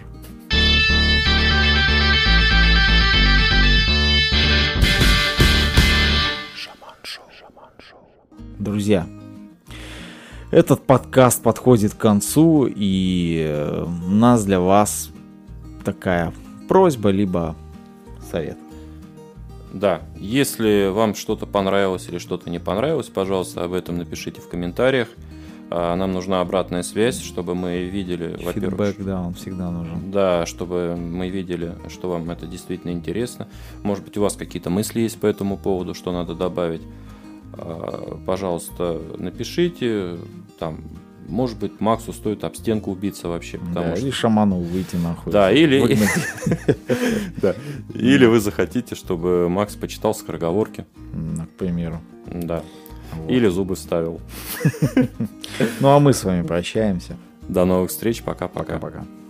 [SPEAKER 1] Друзья, этот подкаст подходит к концу, и э, у нас для вас такая просьба, либо совет.
[SPEAKER 2] Да, если вам что-то понравилось или что-то не понравилось, пожалуйста, об этом напишите в комментариях. А, Нам нужна обратная связь, чтобы мы видели, во-первых,
[SPEAKER 1] Фидбэк, да, он всегда нужен.
[SPEAKER 2] да, чтобы мы видели, что вам это действительно интересно. Может быть, у вас какие-то мысли есть по этому поводу, что надо добавить. А, Пожалуйста, напишите. Там, может быть, Максу стоит об стенку убиться вообще, потому
[SPEAKER 1] Да,
[SPEAKER 2] что
[SPEAKER 1] или шаману выйти нахуй.
[SPEAKER 2] Да, или-
[SPEAKER 1] Выгнать,
[SPEAKER 2] Да. Или вы захотите, чтобы Макс почитал скороговорки.
[SPEAKER 1] м, к примеру.
[SPEAKER 2] Да.
[SPEAKER 1] Вот.
[SPEAKER 2] Или зубы вставил.
[SPEAKER 1] Ну а мы с вами прощаемся.
[SPEAKER 2] До новых встреч. Пока-пока.
[SPEAKER 1] Пока-пока.